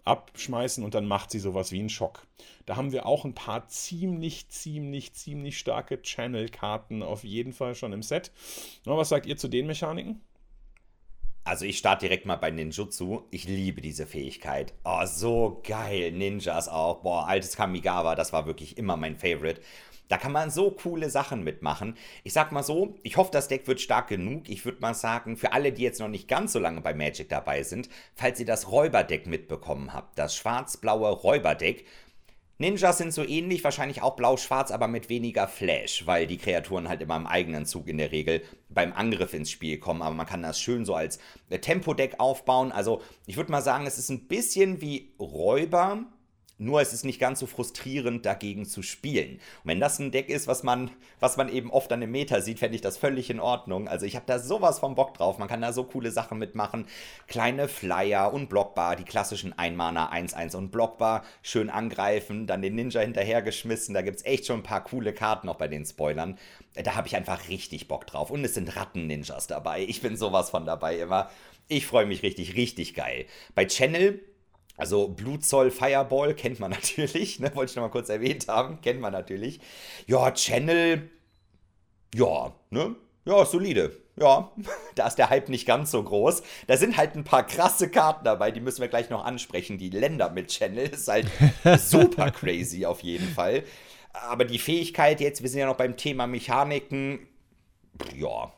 macht sie sowas wie einen Schock. Da haben wir auch ein paar ziemlich starke Channel-Karten auf jeden Fall schon im Set. Na, was sagt ihr zu den Mechaniken? Also ich starte direkt mal bei Ninjutsu. Ich liebe diese Fähigkeit. Oh, so geil. Ninjas auch. Boah, altes Kamigawa, das war wirklich immer mein Favorite. Da kann man so coole Sachen mitmachen. Ich sag mal so, ich hoffe, das Deck wird stark genug. Ich würde mal sagen, für alle, die jetzt noch nicht ganz so lange bei Magic dabei sind, falls ihr das Räuberdeck mitbekommen habt, das schwarz-blaue Räuberdeck, Ninjas sind so ähnlich, wahrscheinlich auch blau-schwarz, aber mit weniger Flash, weil die Kreaturen halt immer im eigenen Zug in der Regel beim Angriff ins Spiel kommen. Aber man kann das schön so als Tempodeck aufbauen. Also ich würde mal sagen, es ist ein bisschen wie Räuber, nur es ist nicht ganz so frustrierend, dagegen zu spielen. Und wenn das ein Deck ist, was man eben oft an dem Meta sieht, fände ich das völlig in Ordnung. Also ich habe da sowas von Bock drauf. Man kann da so coole Sachen mitmachen. Kleine Flyer, unblockbar, die klassischen 1-Mana, 1-1 unblockbar. Schön angreifen, dann den Ninja hinterhergeschmissen. Da gibt es echt schon ein paar coole Karten noch bei den Spoilern. Da habe ich einfach richtig Bock drauf. Und es sind Ratten-Ninjas dabei. Ich bin sowas von dabei immer. Ich freue mich richtig, richtig geil. Bei Channel... Also Blutzoll Fireball kennt man natürlich, ne? Wollte ich noch mal kurz erwähnt haben, kennt man natürlich. Ja, Channel, ja, ne? Ja, solide. Ja, da ist der Hype nicht ganz so groß. Da sind halt ein paar krasse Karten dabei, die müssen wir gleich noch ansprechen. Die Länder mit Channel ist halt super crazy auf jeden Fall. Aber die Fähigkeit jetzt, wir sind ja noch beim Thema Mechaniken, ja,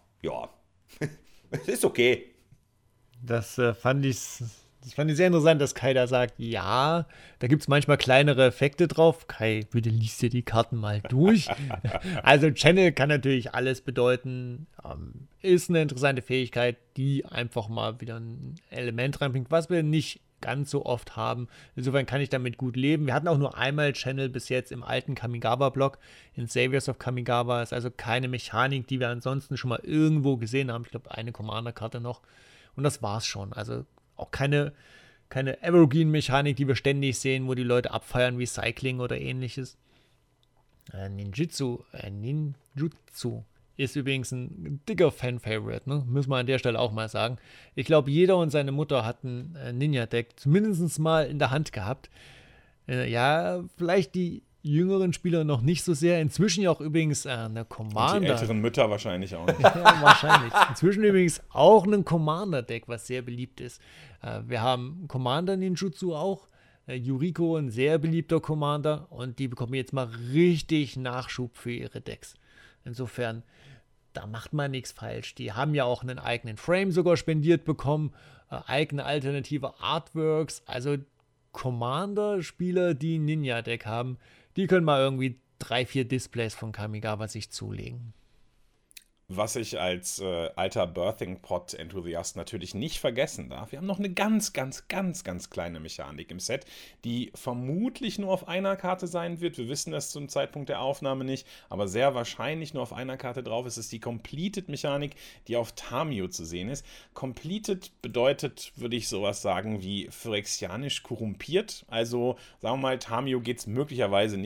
ist okay. Das fand ich sehr interessant, dass Kai da sagt, ja, da gibt es manchmal kleinere Effekte drauf. Kai, bitte liest dir die Karten mal durch. Also Channel kann natürlich alles bedeuten. Ist eine interessante Fähigkeit, die einfach mal wieder ein Element reinbringt, was wir nicht ganz so oft haben. Insofern kann ich damit gut leben. Wir hatten auch nur einmal Channel bis jetzt im alten Kamigawa-Block, in Saviors of Kamigawa. Ist also keine Mechanik, die wir ansonsten schon mal irgendwo gesehen haben. Ich glaube, eine Commander-Karte noch. Und das war's schon. Also auch keine Evergreen-Mechanik, die wir ständig sehen, wo die Leute abfeiern wie Cycling oder ähnliches. Ninjutsu ist übrigens ein dicker Fan-Favorite, ne? Müssen wir an der Stelle auch mal sagen. Ich glaube, jeder und seine Mutter hat ein Ninja-Deck zumindest mal in der Hand gehabt. Ja, vielleicht die jüngeren Spieler noch nicht so sehr. Inzwischen ja auch übrigens eine Commander. Und die älteren Mütter wahrscheinlich auch nicht. Ja, wahrscheinlich. Inzwischen übrigens auch ein Commander-Deck, was sehr beliebt ist. Wir haben Commander Ninjutsu auch. Yuriko, ein sehr beliebter Commander. Und die bekommen jetzt mal richtig Nachschub für ihre Decks. Insofern, da macht man nichts falsch. Die haben ja auch einen eigenen Frame sogar spendiert bekommen. Eigene alternative Artworks. Also Commander-Spieler, die ein Ninja-Deck haben, die können mal irgendwie 3-4 Displays von Kamigawa sich zulegen. Was ich als alter Birthing-Pod-Enthusiast natürlich nicht vergessen darf, wir haben noch eine ganz kleine Mechanik im Set, die vermutlich nur auf einer Karte sein wird. Wir wissen das zum Zeitpunkt der Aufnahme nicht, aber sehr wahrscheinlich nur auf einer Karte drauf ist. Es ist die Completed-Mechanik, die auf Tamiyo zu sehen ist. Completed bedeutet, würde ich sowas sagen, wie phyrexianisch korrumpiert. Also, sagen wir mal, Tamiyo geht es möglicherweise nicht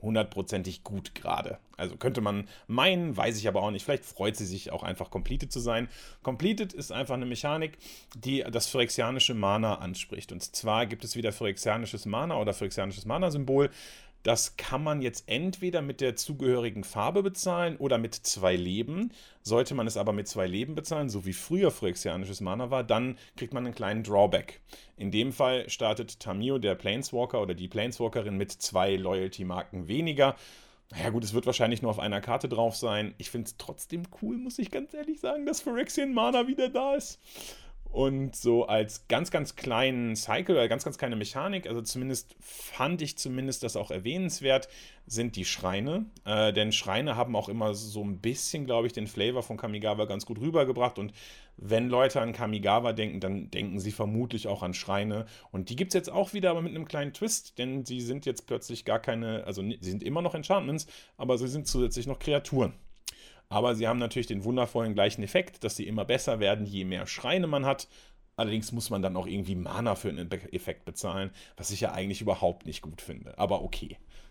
hundertprozentig gut gerade. Also könnte man meinen, weiß ich aber auch nicht. Vielleicht freut sie sich auch einfach, Completed zu sein. Completed ist einfach eine Mechanik, die das phyrexianische Mana anspricht. Und zwar gibt es wieder phyrexianisches Mana oder phyrexianisches Mana-Symbol. Das kann man jetzt entweder mit der zugehörigen Farbe bezahlen oder mit 2 Leben. Sollte man es aber mit 2 Leben bezahlen, so wie früher phyrexianisches Mana war, dann kriegt man einen kleinen Drawback. In dem Fall startet Tamiyo, der Planeswalker oder die Planeswalkerin, mit 2 Loyalty-Marken weniger. Naja gut, es wird wahrscheinlich nur auf einer Karte drauf sein. Ich finde es trotzdem cool, muss ich ganz ehrlich sagen, dass Phyrexian Mana wieder da ist. Und so als ganz, ganz kleinen Cycle oder ganz, ganz kleine Mechanik, also zumindest fand ich das auch erwähnenswert, sind die Schreine. Denn Schreine haben auch immer so ein bisschen, glaube ich, den Flavor von Kamigawa ganz gut rübergebracht. Und wenn Leute an Kamigawa denken, dann denken sie vermutlich auch an Schreine. Und die gibt es jetzt auch wieder, aber mit einem kleinen Twist, denn sie sind jetzt plötzlich gar keine, also sie sind immer noch Enchantments, aber sie sind zusätzlich noch Kreaturen. Aber sie haben natürlich den wundervollen gleichen Effekt, dass sie immer besser werden, je mehr Schreine man hat. Allerdings muss man dann auch irgendwie Mana für einen Effekt bezahlen, was ich ja eigentlich überhaupt nicht gut finde. Aber okay.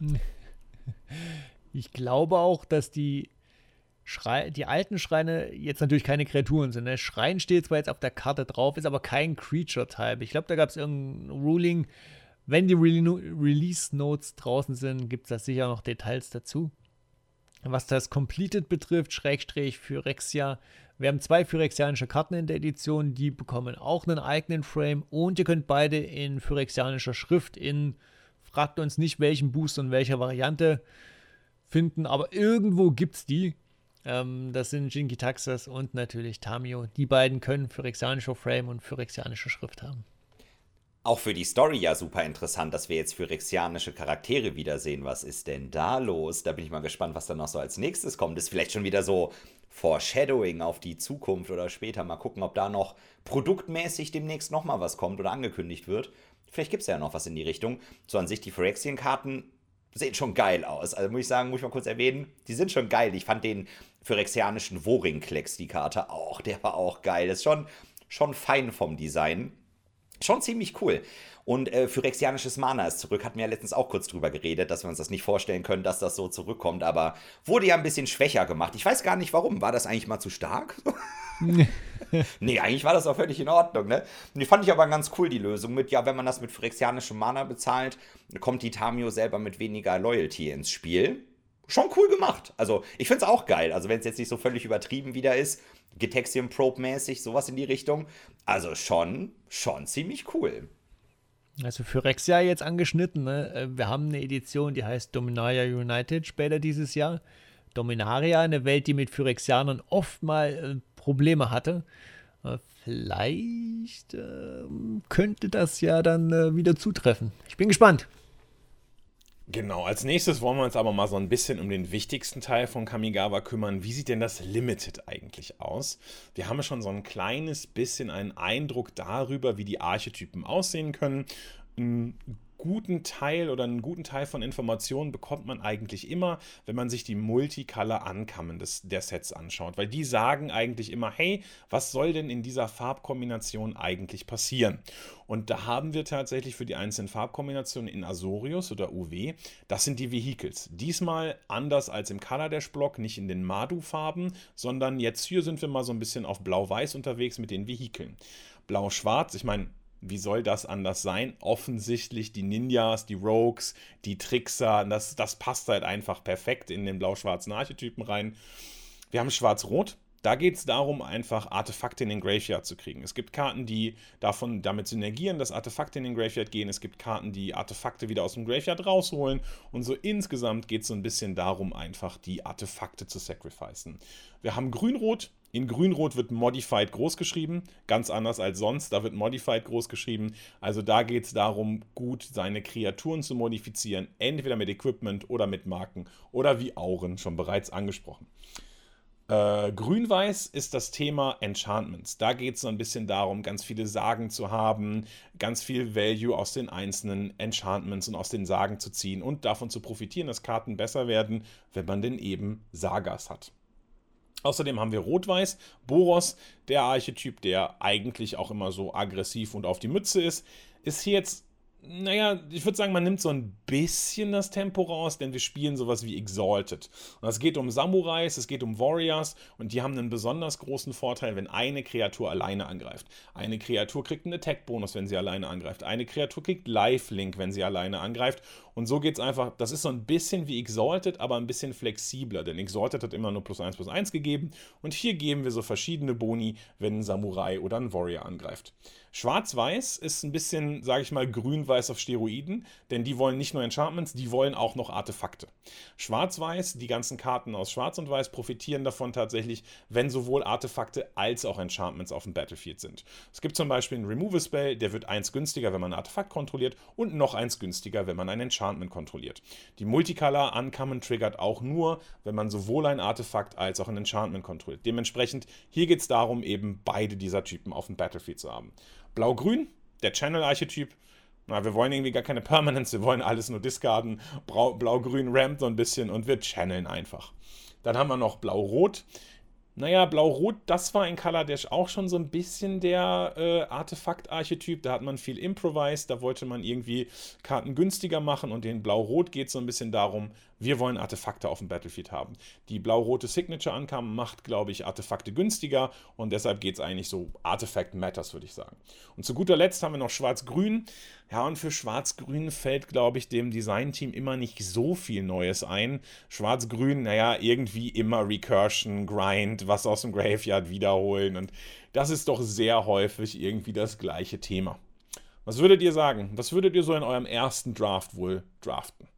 Ich glaube auch, dass die alten Schreine jetzt natürlich keine Kreaturen sind. Ne? Schrein steht zwar jetzt auf der Karte drauf, ist aber kein Creature-Type. Ich glaube, da gab es irgendein Ruling. Wenn die Release-Notes draußen sind, gibt es da sicher noch Details dazu. Was das Completed betrifft, Schrägstrich Phyrexia. Wir haben 2 phyrexianische Karten in der Edition, die bekommen auch einen eigenen Frame und ihr könnt beide in phyrexianischer Schrift fragt uns nicht, welchen Booster und welcher Variante finden, aber irgendwo gibt's die. Das sind Jin-Gitaxias und natürlich Tamiyo. Die beiden können phyrexianischer Frame und phyrexianische Schrift haben. Auch für die Story ja super interessant, dass wir jetzt phyrexianische Charaktere wiedersehen. Was ist denn da los? Da bin ich mal gespannt, was dann noch so als nächstes kommt. Ist vielleicht schon wieder so Foreshadowing auf die Zukunft oder später. Mal gucken, ob da noch produktmäßig demnächst nochmal was kommt oder angekündigt wird. Vielleicht gibt es ja noch was in die Richtung. So an sich, die Phyrexian-Karten sehen schon geil aus. Also muss ich sagen, muss ich mal kurz erwähnen, die sind schon geil. Ich fand den phyrexianischen Voringklecks, die Karte auch, der war auch geil. Das ist schon fein vom Design. Schon ziemlich cool. Und phyrexianisches Mana ist zurück. Hatten wir ja letztens auch kurz drüber geredet, dass wir uns das nicht vorstellen können, dass das so zurückkommt. Aber wurde ja ein bisschen schwächer gemacht. Ich weiß gar nicht, warum. War das eigentlich mal zu stark? Nee, eigentlich war das auch völlig in Ordnung, ne? Und die fand ich aber ganz cool, die Lösung mit, ja, wenn man das mit phyrexianischem Mana bezahlt, kommt die Tamiyo selber mit weniger Loyalty ins Spiel. Schon cool gemacht. Also, ich find's auch geil. Also, wenn es jetzt nicht so völlig übertrieben wieder ist, Gitaxian Probe-mäßig, sowas in die Richtung. Also, schon ziemlich cool. Also Phyrexia jetzt angeschnitten, ne? Wir haben eine Edition, die heißt Dominaria United später dieses Jahr. Dominaria, eine Welt, die mit Phyrexianern oft mal Probleme hatte. Vielleicht könnte das ja dann wieder zutreffen. Ich bin gespannt. Genau, als nächstes wollen wir uns aber mal so ein bisschen um den wichtigsten Teil von Kamigawa kümmern. Wie sieht denn das Limited eigentlich aus? Wir haben schon so ein kleines bisschen einen Eindruck darüber, wie die Archetypen aussehen können. Einen guten Teil von Informationen bekommt man eigentlich immer, wenn man sich die Multicolor Ankamen der Sets anschaut, weil die sagen eigentlich immer, hey, was soll denn in dieser Farbkombination eigentlich passieren? Und da haben wir tatsächlich für die einzelnen Farbkombinationen in Azorius oder UW, das sind die Vehicles. Diesmal anders als im Color Dash Block, nicht in den Madu-Farben, sondern jetzt hier sind wir mal so ein bisschen auf Blau-Weiß unterwegs mit den Vehikeln. Blau-Schwarz, ich meine, wie soll das anders sein? Offensichtlich die Ninjas, die Rogues, die Trickser, das passt halt einfach perfekt in den blau-schwarzen Archetypen rein. Wir haben Schwarz-Rot. Da geht es darum, einfach Artefakte in den Graveyard zu kriegen. Es gibt Karten, die damit synergieren, dass Artefakte in den Graveyard gehen. Es gibt Karten, die Artefakte wieder aus dem Graveyard rausholen. Und so insgesamt geht es so ein bisschen darum, einfach die Artefakte zu sacrificen. Wir haben Grün-Rot. In Grün-Rot wird Modified groß geschrieben, ganz anders als sonst, da wird Modified groß geschrieben. Also da geht es darum, gut seine Kreaturen zu modifizieren, entweder mit Equipment oder mit Marken oder wie Auren, schon bereits angesprochen. Grün-Weiß ist das Thema Enchantments. Da geht es so ein bisschen darum, ganz viele Sagen zu haben, ganz viel Value aus den einzelnen Enchantments und aus den Sagen zu ziehen und davon zu profitieren, dass Karten besser werden, wenn man denn eben Sagas hat. Außerdem haben wir Rot-Weiß, Boros, der Archetyp, der eigentlich auch immer so aggressiv und auf die Mütze ist hier jetzt Naja, ich würde sagen, man nimmt so ein bisschen das Tempo raus, denn wir spielen sowas wie Exalted. Und es geht um Samurais, es geht um Warriors und die haben einen besonders großen Vorteil, wenn eine Kreatur alleine angreift. Eine Kreatur kriegt einen Attack-Bonus, wenn sie alleine angreift. Eine Kreatur kriegt Lifelink, wenn sie alleine angreift. Und so geht es einfach, das ist so ein bisschen wie Exalted, aber ein bisschen flexibler, denn Exalted hat immer nur +1/+1 gegeben und hier geben wir so verschiedene Boni, wenn ein Samurai oder ein Warrior angreift. Schwarz-Weiß ist ein bisschen, sage ich mal, grün-weiß auf Steroiden, denn die wollen nicht nur Enchantments, die wollen auch noch Artefakte. Schwarz-Weiß, die ganzen Karten aus Schwarz und Weiß profitieren davon tatsächlich, wenn sowohl Artefakte als auch Enchantments auf dem Battlefield sind. Es gibt zum Beispiel einen Removal-Spell, der wird 1 günstiger, wenn man ein Artefakt kontrolliert und noch 1 günstiger, wenn man ein Enchantment kontrolliert. Die Multicolor Uncommon triggert auch nur, wenn man sowohl ein Artefakt als auch ein Enchantment kontrolliert. Dementsprechend, hier geht es darum, eben beide dieser Typen auf dem Battlefield zu haben. Blau-Grün, der Channel-Archetyp. Na, wir wollen irgendwie gar keine Permanence, wir wollen alles nur discarden. Blau-Grün rampt so ein bisschen und wir channeln einfach. Dann haben wir noch Blau-Rot. Naja, Blau-Rot, das war in Kaladesh auch schon so ein bisschen der Artefakt-Archetyp. Da hat man viel improvised, da wollte man irgendwie Karten günstiger machen und den Blau-Rot geht es so ein bisschen darum, wir wollen Artefakte auf dem Battlefield haben. Die blau-rote Signature-Ankam macht, glaube ich, Artefakte günstiger und deshalb geht es eigentlich so Artifact Matters, würde ich sagen. Und zu guter Letzt haben wir noch Schwarz-Grün. Ja, und für Schwarz-Grün fällt, glaube ich, dem Design-Team immer nicht so viel Neues ein. Schwarz-Grün, naja, irgendwie immer Recursion, Grind, was aus dem Graveyard wiederholen und das ist doch sehr häufig irgendwie das gleiche Thema. Was würdet ihr sagen? Was würdet ihr so in eurem ersten Draft wohl draften?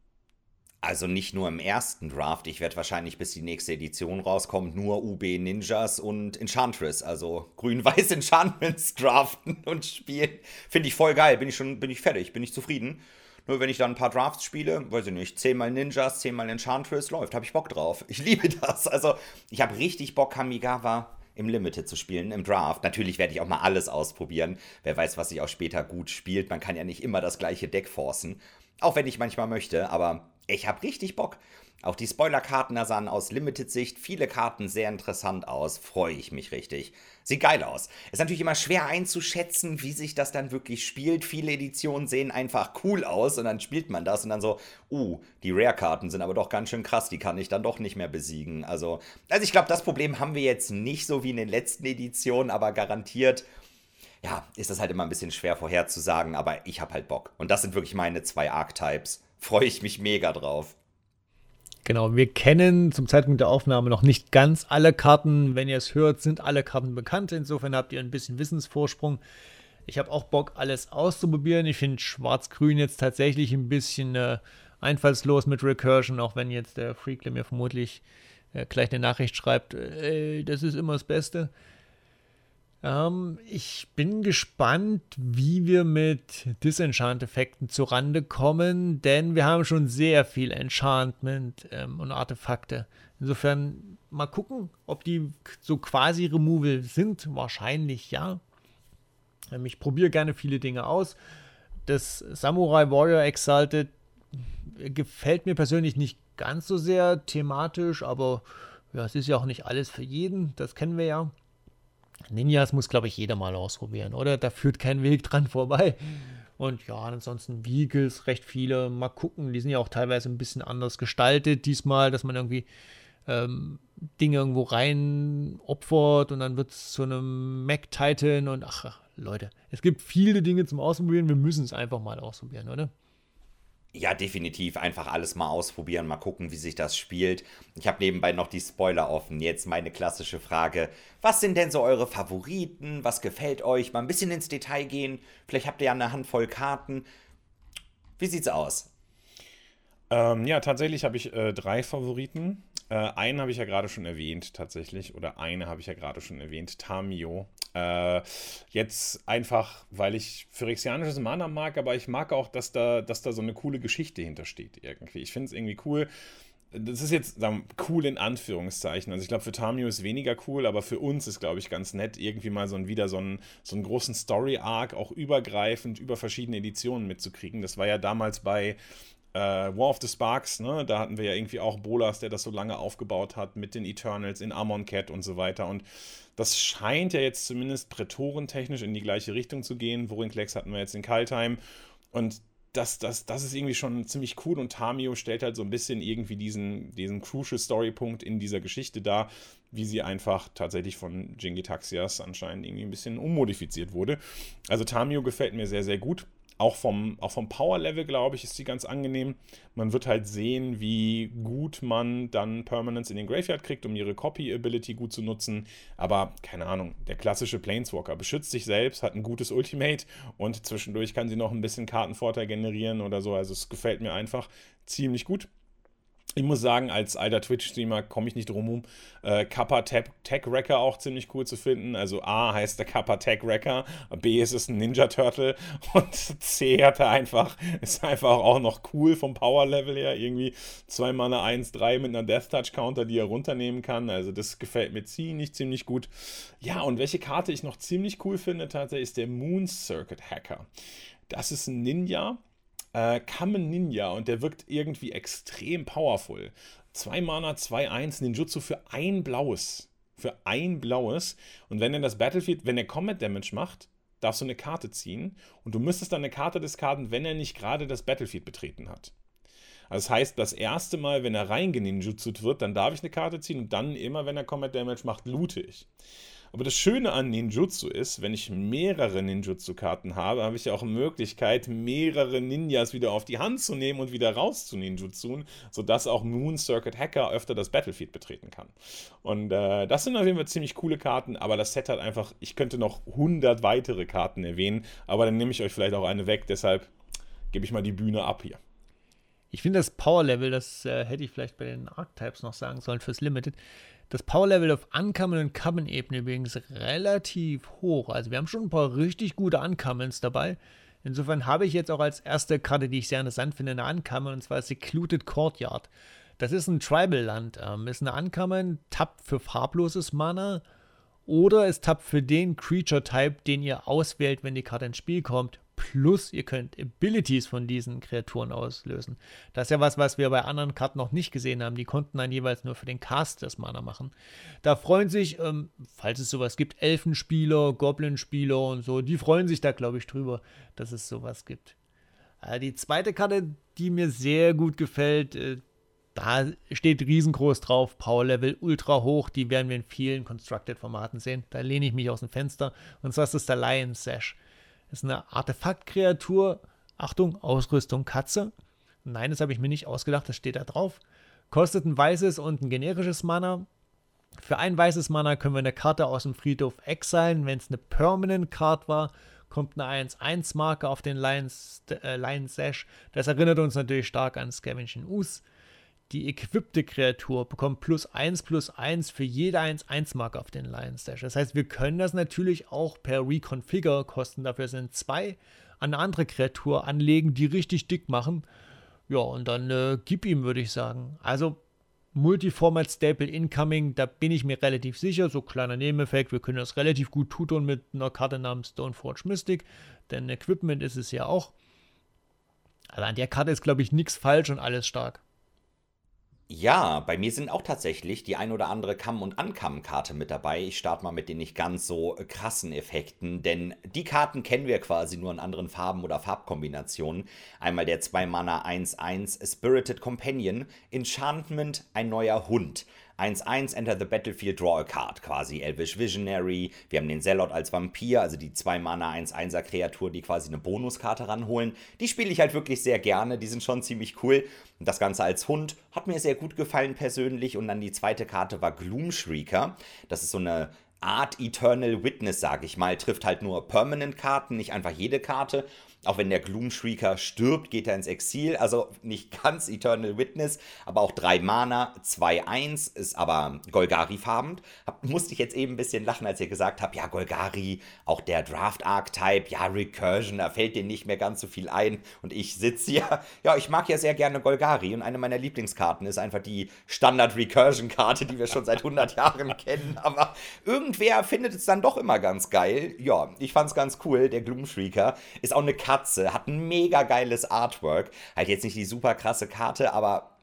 Also nicht nur im ersten Draft, ich werde wahrscheinlich, bis die nächste Edition rauskommt, nur UB Ninjas und Enchantress, also grün-weiß Enchantments draften und spielen. Finde ich voll geil, bin ich fertig, bin ich zufrieden. Nur wenn ich dann ein paar Drafts spiele, weiß ich nicht, 10-mal Ninjas, 10-mal Enchantress, läuft, habe ich Bock drauf. Ich liebe das, also ich habe richtig Bock, Kamigawa im Limited zu spielen, im Draft. Natürlich werde ich auch mal alles ausprobieren. Wer weiß, was sich auch später gut spielt. Man kann ja nicht immer das gleiche Deck forcen. Auch wenn ich manchmal möchte, aber ich habe richtig Bock. Auch die Spoiler-Karten da sahen aus Limited-Sicht viele Karten sehr interessant aus. Freue ich mich richtig. Sieht geil aus. Ist natürlich immer schwer einzuschätzen, wie sich das dann wirklich spielt. Viele Editionen sehen einfach cool aus und dann spielt man das und dann so, die Rare-Karten sind aber doch ganz schön krass, die kann ich dann doch nicht mehr besiegen. Also ich glaube, das Problem haben wir jetzt nicht so wie in den letzten Editionen, aber garantiert, ja, ist das halt immer ein bisschen schwer vorherzusagen, aber ich habe halt Bock. Und das sind wirklich meine 2 Archetypes. Freue ich mich mega drauf. Genau, wir kennen zum Zeitpunkt der Aufnahme noch nicht ganz alle Karten. Wenn ihr es hört, sind alle Karten bekannt. Insofern habt ihr ein bisschen Wissensvorsprung. Ich habe auch Bock, alles auszuprobieren. Ich finde Schwarz-Grün jetzt tatsächlich ein bisschen einfallslos mit Recursion, auch wenn jetzt der Freakler mir vermutlich gleich eine Nachricht schreibt, das ist immer das Beste. Ich bin gespannt, wie wir mit Disenchant-Effekten zurande kommen, denn wir haben schon sehr viel Enchantment und Artefakte. Insofern mal gucken, ob die so quasi Removal sind. Wahrscheinlich ja. Ich probiere gerne viele Dinge aus. Das Samurai Warrior Exalted gefällt mir persönlich nicht ganz so sehr thematisch, aber ja, es ist ja auch nicht alles für jeden, das kennen wir ja. Ninjas muss, glaube ich, jeder mal ausprobieren, oder? Da führt kein Weg dran vorbei. Und ja, ansonsten Vehicles, recht viele. Mal gucken, die sind ja auch teilweise ein bisschen anders gestaltet diesmal, dass man irgendwie Dinge irgendwo rein opfert und dann wird es zu einem Mac-Titan und ach, Leute, es gibt viele Dinge zum Ausprobieren, wir müssen es einfach mal ausprobieren, oder? Ja, definitiv. Einfach alles mal ausprobieren, mal gucken, wie sich das spielt. Ich habe nebenbei noch die Spoiler offen. Jetzt meine klassische Frage. Was sind denn so eure Favoriten? Was gefällt euch? Mal ein bisschen ins Detail gehen. Vielleicht habt ihr ja eine Handvoll Karten. Wie sieht's aus? Ja, tatsächlich habe ich 3 Favoriten. Einen habe ich ja gerade schon erwähnt, tatsächlich. Oder eine habe ich ja gerade schon erwähnt. Tamiyo. Jetzt einfach, weil ich phyrexianisches Mana mag, aber ich mag auch, dass da so eine coole Geschichte hintersteht irgendwie. Ich finde es irgendwie cool. Das ist jetzt cool in Anführungszeichen. Also ich glaube, für Tamiyo ist weniger cool, aber für uns ist, glaube ich, ganz nett, irgendwie mal so einen großen Story-Arc auch übergreifend über verschiedene Editionen mitzukriegen. Das war ja damals bei War of the Sparks, ne? Da hatten wir ja irgendwie auch Bolas, der das so lange aufgebaut hat mit den Eternals in Amonkhet und so weiter. Und das scheint ja jetzt zumindest prätorentechnisch in die gleiche Richtung zu gehen. Vorinclex hatten wir jetzt in Kaldheim. Und das ist irgendwie schon ziemlich cool und Tamio stellt halt so ein bisschen irgendwie diesen crucial Storypunkt in dieser Geschichte dar, wie sie einfach tatsächlich von Jin-Gitaxias anscheinend irgendwie ein bisschen ummodifiziert wurde. Also Tamio gefällt mir sehr, sehr gut. Auch vom Power-Level, glaube ich, ist sie ganz angenehm. Man wird halt sehen, wie gut man dann Permanence in den Graveyard kriegt, um ihre Copy-Ability gut zu nutzen. Aber, keine Ahnung, der klassische Planeswalker beschützt sich selbst, hat ein gutes Ultimate und zwischendurch kann sie noch ein bisschen Kartenvorteil generieren oder so. Also es gefällt mir einfach ziemlich gut. Ich muss sagen, als alter Twitch-Streamer komme ich nicht drum herum, Kappa Tech Wrecker auch ziemlich cool zu finden. Also A heißt der Kappa Tech Wrecker, B ist es ein Ninja Turtle und C ist einfach auch noch cool vom Power-Level her. Irgendwie 2 Mana 1/3 mit einer Death-Touch-Counter, die er runternehmen kann. Also das gefällt mir ziemlich gut. Ja, und welche Karte ich noch ziemlich cool finde tatsächlich ist der Moon Circuit Hacker. Das ist ein Ninja. Kamen Ninja und der wirkt irgendwie extrem powerful. 2 Mana, 2/1, Ninjutsu für ein blaues. Für ein blaues. Und wenn er das Battlefield, wenn er Combat Damage macht, darfst du eine Karte ziehen und du müsstest dann eine Karte discarden, wenn er nicht gerade das Battlefield betreten hat. Also das heißt, das erste Mal, wenn er reingeninjutsut wird, dann darf ich eine Karte ziehen und dann immer, wenn er Combat Damage macht, loote ich. Aber das Schöne an Ninjutsu ist, wenn ich mehrere Ninjutsu-Karten habe ich ja auch Möglichkeit, mehrere Ninjas wieder auf die Hand zu nehmen und wieder raus zu Ninjutsuen, sodass auch Moon Circuit Hacker öfter das Battlefield betreten kann. Und das sind auf jeden Fall ziemlich coole Karten, aber das Set hat einfach, ich könnte noch 100 weitere Karten erwähnen, aber dann nehme ich euch vielleicht auch eine weg, deshalb gebe ich mal die Bühne ab hier. Ich finde das Power-Level, das hätte ich vielleicht bei den Archetypes noch sagen sollen fürs Limited, das Power-Level auf Uncommon- und Common-Ebene übrigens relativ hoch. Also wir haben schon ein paar richtig gute Uncommons dabei. Insofern habe ich jetzt auch als erste Karte, die ich sehr interessant finde, eine Uncommon, und zwar Secluded Courtyard. Das ist ein Tribal-Land. Ist eine Uncommon, tappt für farbloses Mana oder es tappt für den Creature-Type, den ihr auswählt, wenn die Karte ins Spiel kommt. Plus, ihr könnt Abilities von diesen Kreaturen auslösen. Das ist ja was wir bei anderen Karten noch nicht gesehen haben. Die konnten dann jeweils nur für den Cast das Mana machen. Da freuen sich, falls es sowas gibt, Elfenspieler, Goblin-Spieler und so, die freuen sich da, glaube ich, drüber, dass es sowas gibt. Die zweite Karte, die mir sehr gut gefällt, da steht riesengroß drauf, Power-Level ultra hoch, die werden wir in vielen Constructed-Formaten sehen. Da lehne ich mich aus dem Fenster. Und zwar ist das der Lion Sash. Das ist eine Artefaktkreatur. Achtung, Ausrüstung Katze. Nein, das habe ich mir nicht ausgedacht, das steht da drauf. Kostet ein weißes und ein generisches Mana. Für ein weißes Mana können wir eine Karte aus dem Friedhof exilen. Wenn es eine Permanent Card war, kommt eine 1/1-Marke auf den Lion Sash. Das erinnert uns natürlich stark an Scavenging Ooze. Die equipte Kreatur bekommt +1/+1 für jede 1/1-Marke auf den Lion Sash. Das heißt, wir können das natürlich auch per Reconfigure, Kosten dafür sind 2, an eine andere Kreatur anlegen, die richtig dick machen. Ja, und dann gib ihm, würde ich sagen. Also Multiformat Staple Incoming, da bin ich mir relativ sicher. So kleiner Nebeneffekt, wir können das relativ gut tutun mit einer Karte namens Stoneforge Mystic, denn Equipment ist es ja auch. Also an der Karte ist, glaube ich, nichts falsch und alles stark. Ja, bei mir sind auch tatsächlich die ein oder andere Come- und Uncome-Karte mit dabei. Ich starte mal mit den nicht ganz so krassen Effekten, denn die Karten kennen wir quasi nur in anderen Farben oder Farbkombinationen. Einmal der 2 Mana 1/1 Spirited Companion, Enchantment, ein neuer Hund. 1/1, enter the battlefield, draw a card, quasi Elvish Visionary. Wir haben den Zealot als Vampir, also die 2 Mana 1/1er Kreatur, die quasi eine Bonuskarte ranholen. Die spiele ich halt wirklich sehr gerne, die sind schon ziemlich cool. Und das Ganze als Hund hat mir sehr gut gefallen persönlich. Und dann die zweite Karte war Gloomshrieker. Das ist so eine Art Eternal Witness, sage ich mal, trifft halt nur Permanent-Karten, nicht einfach jede Karte. Auch wenn der Gloomshrieker stirbt, geht er ins Exil, also nicht ganz Eternal Witness, aber auch 3 Mana, 2/1, ist aber Golgari-farbend. Musste ich jetzt eben ein bisschen lachen, als ihr gesagt habt, ja, Golgari, auch der Draft-Archetype, ja, Recursion, da fällt dir nicht mehr ganz so viel ein. Und ich sitze hier, ja, ich mag ja sehr gerne Golgari und eine meiner Lieblingskarten ist einfach die Standard-Recursion-Karte, die wir schon seit 100 Jahren kennen, aber irgendwer findet es dann doch immer ganz geil. Ja, ich fand's ganz cool, der Gloomshrieker ist auch eine Katze, hat ein mega geiles Artwork. Halt jetzt nicht die super krasse Karte, aber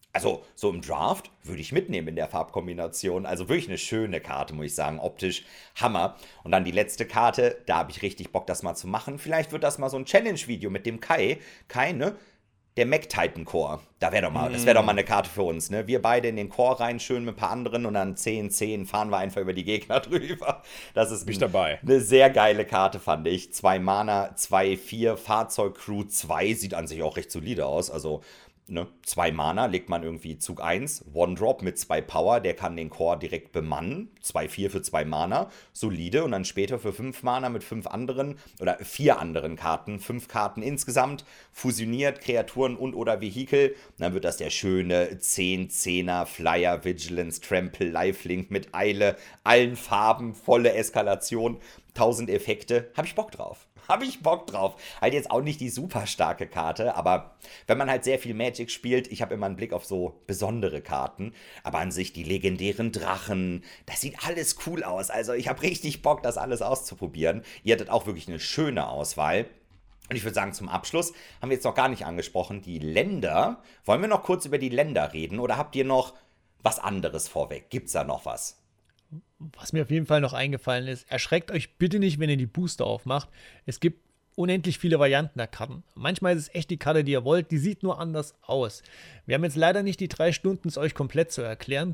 Also, so im Draft würde ich mitnehmen in der Farbkombination. Also wirklich eine schöne Karte, muss ich sagen. Optisch Hammer. Und dann die letzte Karte, da habe ich richtig Bock, das mal zu machen. Vielleicht wird das mal so ein Challenge-Video mit dem Kai. Kai, ne? Der Mac Titan Core. Das wäre doch mal eine Karte für uns, ne? Wir beide in den Core rein, schön mit ein paar anderen und dann 10-10 fahren wir einfach über die Gegner drüber. Das ist Bin ich dabei. eine sehr geile Karte, fand ich. 2 Mana, 2/4, Fahrzeug-Crew 2, sieht an sich auch recht solide aus. Also, ne, 2 Mana, legt man irgendwie Zug 1, One-Drop mit 2 Power, der kann den Core direkt bemannen. 2/4 für 2 Mana, solide. Und dann später für 5 Mana mit 5 anderen oder 4 anderen Karten, 5 Karten insgesamt, fusioniert, Kreaturen und oder Vehikel. Dann wird das der schöne 10-10er Flyer, Vigilance, Trample, Lifelink mit Eile, allen Farben, volle Eskalation, 1000 Effekte. Hab ich Bock drauf. Habe ich Bock drauf. Halt jetzt auch nicht die super starke Karte, aber wenn man halt sehr viel Magic spielt, ich habe immer einen Blick auf so besondere Karten, aber an sich die legendären Drachen, das sieht alles cool aus. Also ich habe richtig Bock, das alles auszuprobieren. Ihr hattet auch wirklich eine schöne Auswahl. Und ich würde sagen, zum Abschluss haben wir jetzt noch gar nicht angesprochen, die Länder. Wollen wir noch kurz über die Länder reden oder habt ihr noch was anderes vorweg? Gibt's da noch was? Was mir auf jeden Fall noch eingefallen ist, erschreckt euch bitte nicht, wenn ihr die Booster aufmacht. Es gibt unendlich viele Varianten der Karten. Manchmal ist es echt die Karte, die ihr wollt, die sieht nur anders aus. Wir haben jetzt leider nicht die 3 Stunden, es euch komplett zu erklären,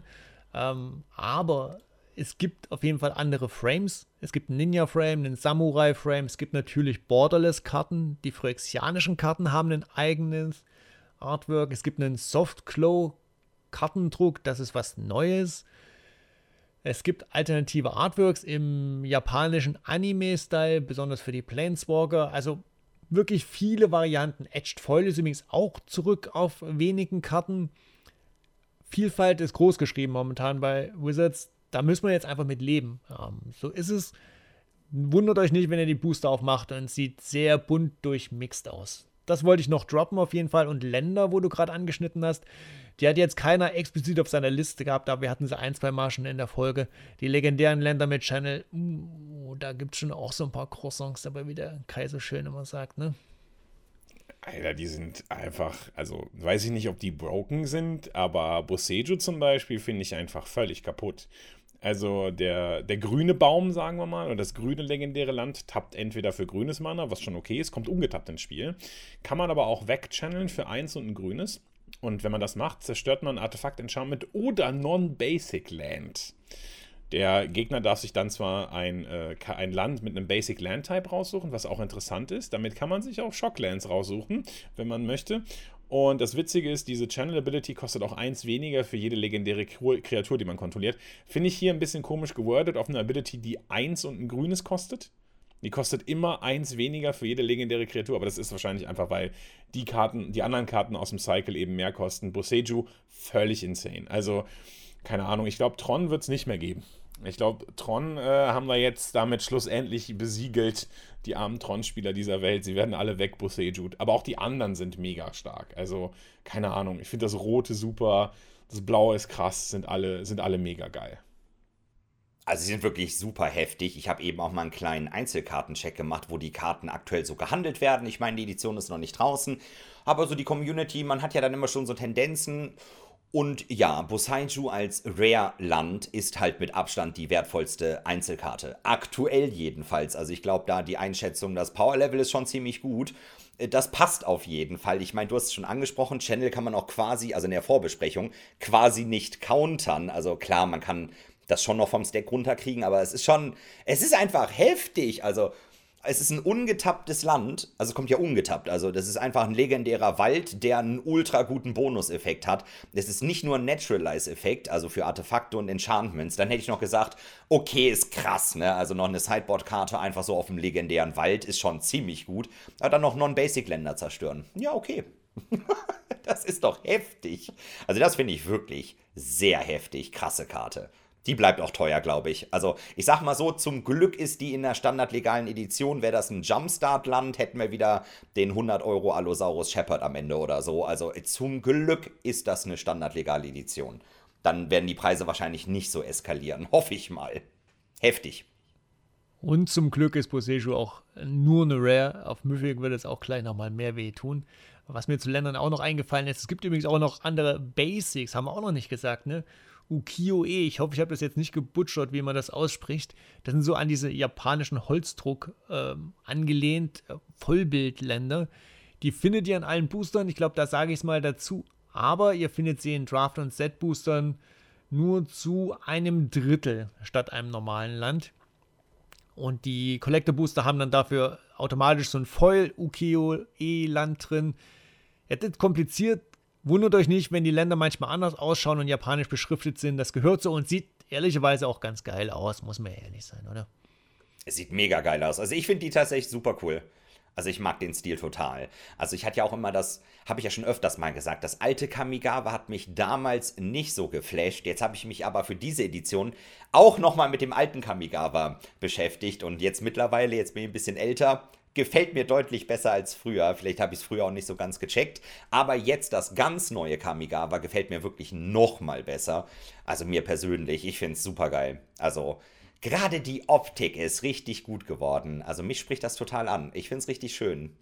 aber es gibt auf jeden Fall andere Frames. Es gibt einen Ninja-Frame, einen Samurai-Frame, es gibt natürlich Borderless-Karten. Die phyrexianischen Karten haben ein eigenes Artwork. Es gibt einen Soft-Glow-Kartendruck, das ist was Neues. Es gibt alternative Artworks im japanischen Anime-Style, besonders für die Planeswalker. Also wirklich viele Varianten. Etched Foil ist übrigens auch zurück auf wenigen Karten. Vielfalt ist groß geschrieben momentan bei Wizards. Da müssen wir jetzt einfach mit leben. So ist es. Wundert euch nicht, wenn ihr die Booster aufmacht und es sieht sehr bunt durchmixt aus. Das wollte ich noch droppen auf jeden Fall. Und Länder, wo du gerade angeschnitten hast, die hat jetzt keiner explizit auf seiner Liste gehabt, aber wir hatten sie 1-2 Mal schon in der Folge. Die legendären Länder mit Channel, da gibt es schon auch so ein paar Croissants dabei, wie der Kai so schön immer sagt, ne? Alter, die sind einfach, also weiß ich nicht, ob die broken sind, aber Boseiju zum Beispiel finde ich einfach völlig kaputt. Also der grüne Baum, sagen wir mal, oder das grüne legendäre Land tappt entweder für grünes Mana, was schon okay ist, kommt ungetappt ins Spiel. Kann man aber auch wegchanneln für 1 und ein grünes. Und wenn man das macht, zerstört man Artefakt, Enchantment oder Non-Basic Land. Der Gegner darf sich dann zwar ein Land mit einem Basic Land Type raussuchen, was auch interessant ist. Damit kann man sich auch Shocklands raussuchen, wenn man möchte. Und das Witzige ist, diese Channel Ability kostet auch 1 weniger für jede legendäre Kreatur, die man kontrolliert. Finde ich hier ein bisschen komisch gewordet auf eine Ability, die 1 und ein grünes kostet. Die kostet immer 1 weniger für jede legendäre Kreatur, aber das ist wahrscheinlich einfach, weil die anderen Karten aus dem Cycle eben mehr kosten. Boseiju, völlig insane. Also, keine Ahnung, ich glaube, Tron wird es nicht mehr geben. Ich glaube, Tron haben wir jetzt damit schlussendlich besiegelt, die armen Tron-Spieler dieser Welt. Sie werden alle weg, Boseiju. Aber auch die anderen sind mega stark. Also, keine Ahnung, ich finde das Rote super, das Blaue ist krass, sind alle mega geil. Also sie sind wirklich super heftig. Ich habe eben auch mal einen kleinen Einzelkartencheck gemacht, wo die Karten aktuell so gehandelt werden. Ich meine, die Edition ist noch nicht draußen, aber so die Community, man hat ja dann immer schon so Tendenzen. Und ja, Boseiju als Rare-Land ist halt mit Abstand die wertvollste Einzelkarte. Aktuell jedenfalls. Also ich glaube, da die Einschätzung, das Power-Level ist schon ziemlich gut. Das passt auf jeden Fall. Ich meine, du hast es schon angesprochen, Channel kann man auch quasi, also in der Vorbesprechung, quasi nicht countern. Also klar, man kann das schon noch vom Stack runterkriegen, aber es ist einfach heftig. Also es ist ein ungetapptes Land, also es kommt ja ungetappt, also das ist einfach ein legendärer Wald, der einen ultra guten Bonuseffekt hat. Es ist nicht nur ein Naturalize-Effekt, also für Artefakte und Enchantments. Dann hätte ich noch gesagt, okay, ist krass, ne? Also noch eine Sideboard-Karte einfach so auf dem legendären Wald ist schon ziemlich gut. Aber dann noch Non-Basic-Länder zerstören. Ja, okay. Das ist doch heftig. Also das finde ich wirklich sehr heftig. Krasse Karte. Die bleibt auch teuer, glaube ich. Also, ich sag mal so, zum Glück ist die in der standardlegalen Edition. Wäre das ein Jumpstart-Land, hätten wir wieder den 100 € Allosaurus Shepherd am Ende oder so. Also, zum Glück ist das eine standardlegale Edition. Dann werden die Preise wahrscheinlich nicht so eskalieren. Hoffe ich mal. Heftig. Und zum Glück ist Boseiju auch nur eine Rare. Auf Mythic wird es auch gleich nochmal mehr weh tun. Was mir zu Ländern auch noch eingefallen ist, es gibt übrigens auch noch andere Basics, haben wir auch noch nicht gesagt, ne? Ukiyo-e, ich hoffe, ich habe das jetzt nicht gebutschert, wie man das ausspricht. Das sind so an diese japanischen Holzdruck angelehnt, Vollbildländer. Die findet ihr an allen Boostern, ich glaube, da sage ich es mal dazu. Aber ihr findet sie in Draft- und Set-Boostern nur zu einem Drittel statt einem normalen Land. Und die Collector-Booster haben dann dafür automatisch so ein Foil-Ukiyo-e-Land drin. Es ist kompliziert. Wundert euch nicht, wenn die Länder manchmal anders ausschauen und japanisch beschriftet sind. Das gehört so und sieht ehrlicherweise auch ganz geil aus, muss man ehrlich sein, oder? Es sieht mega geil aus. Also ich finde die tatsächlich super cool. Also ich mag den Stil total. Also ich hatte ja auch immer das, habe ich ja schon öfters mal gesagt, das alte Kamigawa hat mich damals nicht so geflasht. Jetzt habe ich mich aber für diese Edition auch nochmal mit dem alten Kamigawa beschäftigt. Und jetzt mittlerweile, jetzt bin ich ein bisschen älter, gefällt mir deutlich besser als früher. Vielleicht habe ich es früher auch nicht so ganz gecheckt. Aber jetzt das ganz neue Kamigawa gefällt mir wirklich nochmal besser. Also mir persönlich, ich finde es super geil. Also gerade die Optik ist richtig gut geworden. Also mich spricht das total an. Ich finde es richtig schön.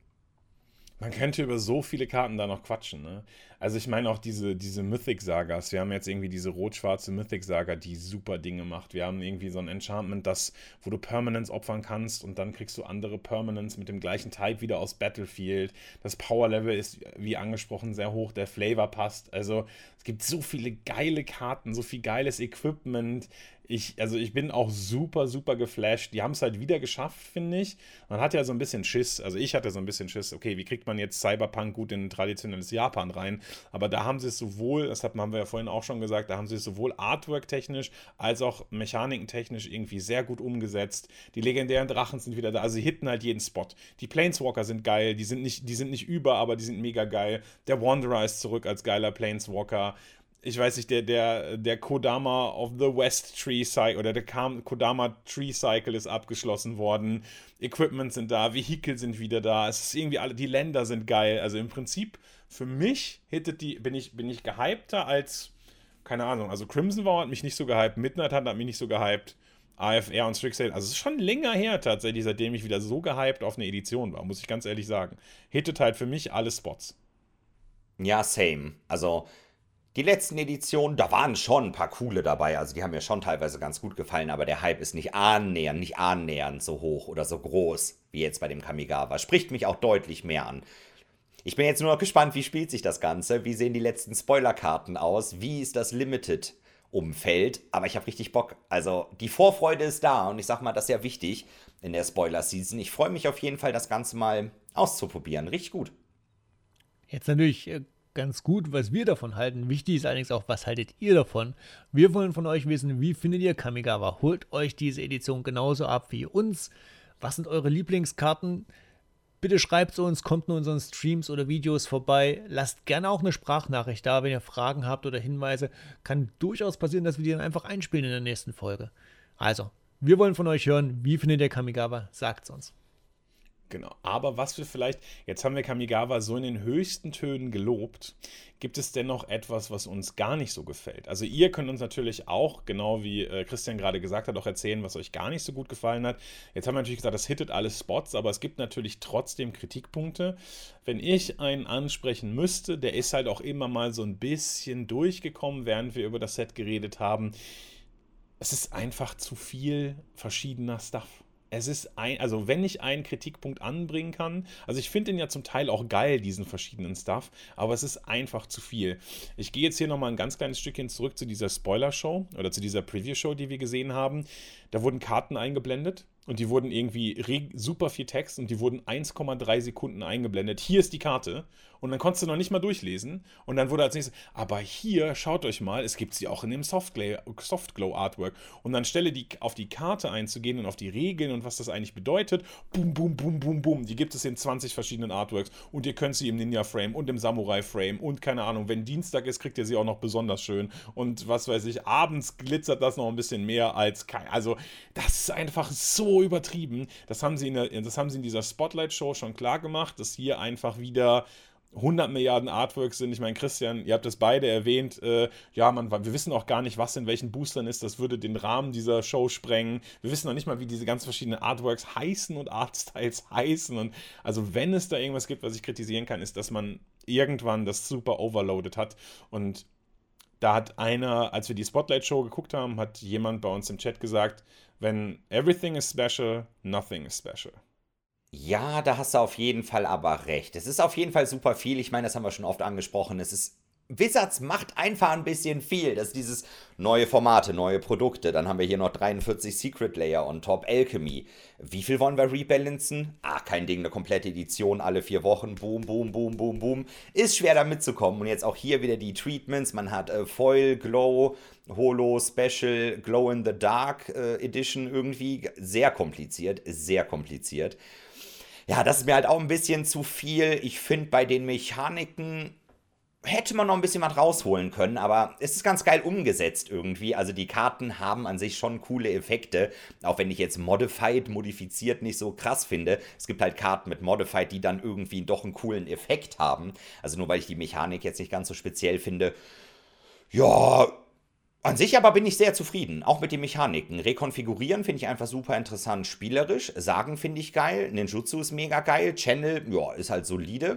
Man könnte über so viele Karten da noch quatschen, ne? Also ich meine auch diese Mythic-Sagas. Wir haben jetzt irgendwie diese rot-schwarze Mythic-Saga, die super Dinge macht. Wir haben irgendwie so ein Enchantment, wo du Permanents opfern kannst und dann kriegst du andere Permanents mit dem gleichen Type wieder aus Battlefield. Das Power-Level ist, wie angesprochen, sehr hoch. Der Flavor passt. Also es gibt so viele geile Karten, so viel geiles Equipment. Ich bin auch super, super geflasht. Die haben es halt wieder geschafft, finde ich. Man hat ja so ein bisschen Schiss. Also ich hatte so ein bisschen Schiss. Okay, wie kriegt man jetzt Cyberpunk gut in ein traditionelles Japan rein? Aber da haben sie es sowohl, haben wir ja vorhin auch schon gesagt, da haben sie es sowohl Artwork-technisch als auch Mechaniken-technisch irgendwie sehr gut umgesetzt. Die legendären Drachen sind wieder da. Also sie hitten halt jeden Spot. Die Planeswalker sind geil. Die sind nicht über, aber die sind mega geil. Der Wanderer ist zurück als geiler Planeswalker. Ich weiß nicht, der Kodama of the West Tree Cycle oder der Kodama Tree Cycle ist abgeschlossen worden. Equipment sind da, Vehikel sind wieder da. Es ist irgendwie die Länder sind geil. Also im Prinzip für mich bin ich gehypter als, keine Ahnung, also Crimson War hat mich nicht so gehypt, Midnight hat mich nicht so gehypt, AFR und Strixhaven. Also es ist schon länger her tatsächlich, seitdem ich wieder so gehypt auf eine Edition war, muss ich ganz ehrlich sagen. Hittet halt für mich alle Spots. Ja, same. Also die letzten Editionen, da waren schon ein paar coole dabei, also die haben mir schon teilweise ganz gut gefallen, aber der Hype ist nicht annähernd so hoch oder so groß wie jetzt bei dem Kamigawa. Spricht mich auch deutlich mehr an. Ich bin jetzt nur noch gespannt, wie spielt sich das Ganze, wie sehen die letzten Spoilerkarten aus, wie ist das Limited-Umfeld, aber ich habe richtig Bock. Also die Vorfreude ist da und ich sag mal, das ist ja wichtig in der Spoiler-Season. Ich freue mich auf jeden Fall, das Ganze mal auszuprobieren. Richtig gut. Jetzt natürlich ganz gut, was wir davon halten. Wichtig ist allerdings auch, was haltet ihr davon? Wir wollen von euch wissen, wie findet ihr Kamigawa? Holt euch diese Edition genauso ab wie uns? Was sind eure Lieblingskarten? Bitte schreibt es uns, kommt in unseren Streams oder Videos vorbei. Lasst gerne auch eine Sprachnachricht da, wenn ihr Fragen habt oder Hinweise. Kann durchaus passieren, dass wir die dann einfach einspielen in der nächsten Folge. Also, wir wollen von euch hören, wie findet ihr Kamigawa? Sagt's uns. Genau, aber jetzt haben wir Kamigawa so in den höchsten Tönen gelobt, gibt es denn noch etwas, was uns gar nicht so gefällt? Also ihr könnt uns natürlich auch, genau wie Christian gerade gesagt hat, auch erzählen, was euch gar nicht so gut gefallen hat. Jetzt haben wir natürlich gesagt, das hittet alle Spots, aber es gibt natürlich trotzdem Kritikpunkte. Wenn ich einen ansprechen müsste, der ist halt auch immer mal so ein bisschen durchgekommen, während wir über das Set geredet haben. Es ist einfach zu viel verschiedener Stuff. Also wenn ich einen Kritikpunkt anbringen kann, also ich finde den ja zum Teil auch geil, diesen verschiedenen Stuff, aber es ist einfach zu viel. Ich gehe jetzt hier nochmal ein ganz kleines Stückchen zurück zu dieser Spoiler-Show oder zu dieser Preview-Show, die wir gesehen haben. Da wurden Karten eingeblendet und die wurden irgendwie super viel Text und die wurden 1,3 Sekunden eingeblendet. Hier ist die Karte. Und dann konntest du noch nicht mal durchlesen. Und dann wurde als nächstes, aber hier, schaut euch mal, es gibt sie auch in dem Softglow Artwork. Und dann auf die Karte einzugehen und auf die Regeln und was das eigentlich bedeutet. Boom, boom, boom, boom, boom. Die gibt es in 20 verschiedenen Artworks. Und ihr könnt sie im Ninja-Frame und im Samurai-Frame. Und keine Ahnung, wenn Dienstag ist, kriegt ihr sie auch noch besonders schön. Und was weiß ich, abends glitzert das noch ein bisschen mehr als also, das ist einfach so übertrieben. Das haben sie in dieser Spotlight-Show schon klar gemacht, dass hier einfach wieder 100 Milliarden Artworks sind. Ich meine, Christian, ihr habt das beide erwähnt. Ja, wir wissen auch gar nicht, was in welchen Boostern ist. Das würde den Rahmen dieser Show sprengen. Wir wissen noch nicht mal, wie diese ganz verschiedenen Artworks heißen und Artstyles heißen. Und also, wenn es da irgendwas gibt, was ich kritisieren kann, ist, dass man irgendwann das super overloaded hat. Und da hat einer, als wir die Spotlight-Show geguckt haben, hat jemand bei uns im Chat gesagt, wenn everything is special, nothing is special. Ja, da hast du auf jeden Fall aber recht. Es ist auf jeden Fall super viel. Ich meine, das haben wir schon oft angesprochen. Wizards macht einfach ein bisschen viel. Das ist dieses neue Formate, neue Produkte. Dann haben wir hier noch 43 Secret Layer on top, Alchemy. Wie viel wollen wir rebalancen? Kein Ding, eine komplette Edition, alle 4 Wochen. Boom, boom, boom, boom, boom. Ist schwer da mitzukommen. Und jetzt auch hier wieder die Treatments. Man hat Foil, Glow, Holo, Special, Glow in the Dark Edition irgendwie. Sehr kompliziert, sehr kompliziert. Ja, das ist mir halt auch ein bisschen zu viel. Ich finde, bei den Mechaniken hätte man noch ein bisschen was rausholen können, aber es ist ganz geil umgesetzt irgendwie. Also die Karten haben an sich schon coole Effekte, auch wenn ich jetzt modifiziert nicht so krass finde. Es gibt halt Karten mit Modified, die dann irgendwie doch einen coolen Effekt haben. Also nur weil ich die Mechanik jetzt nicht ganz so speziell finde. Ja, an sich aber bin ich sehr zufrieden, auch mit den Mechaniken. Rekonfigurieren finde ich einfach super interessant spielerisch. Sagen finde ich geil. Ninjutsu ist mega geil. Channel, ja, ist halt solide.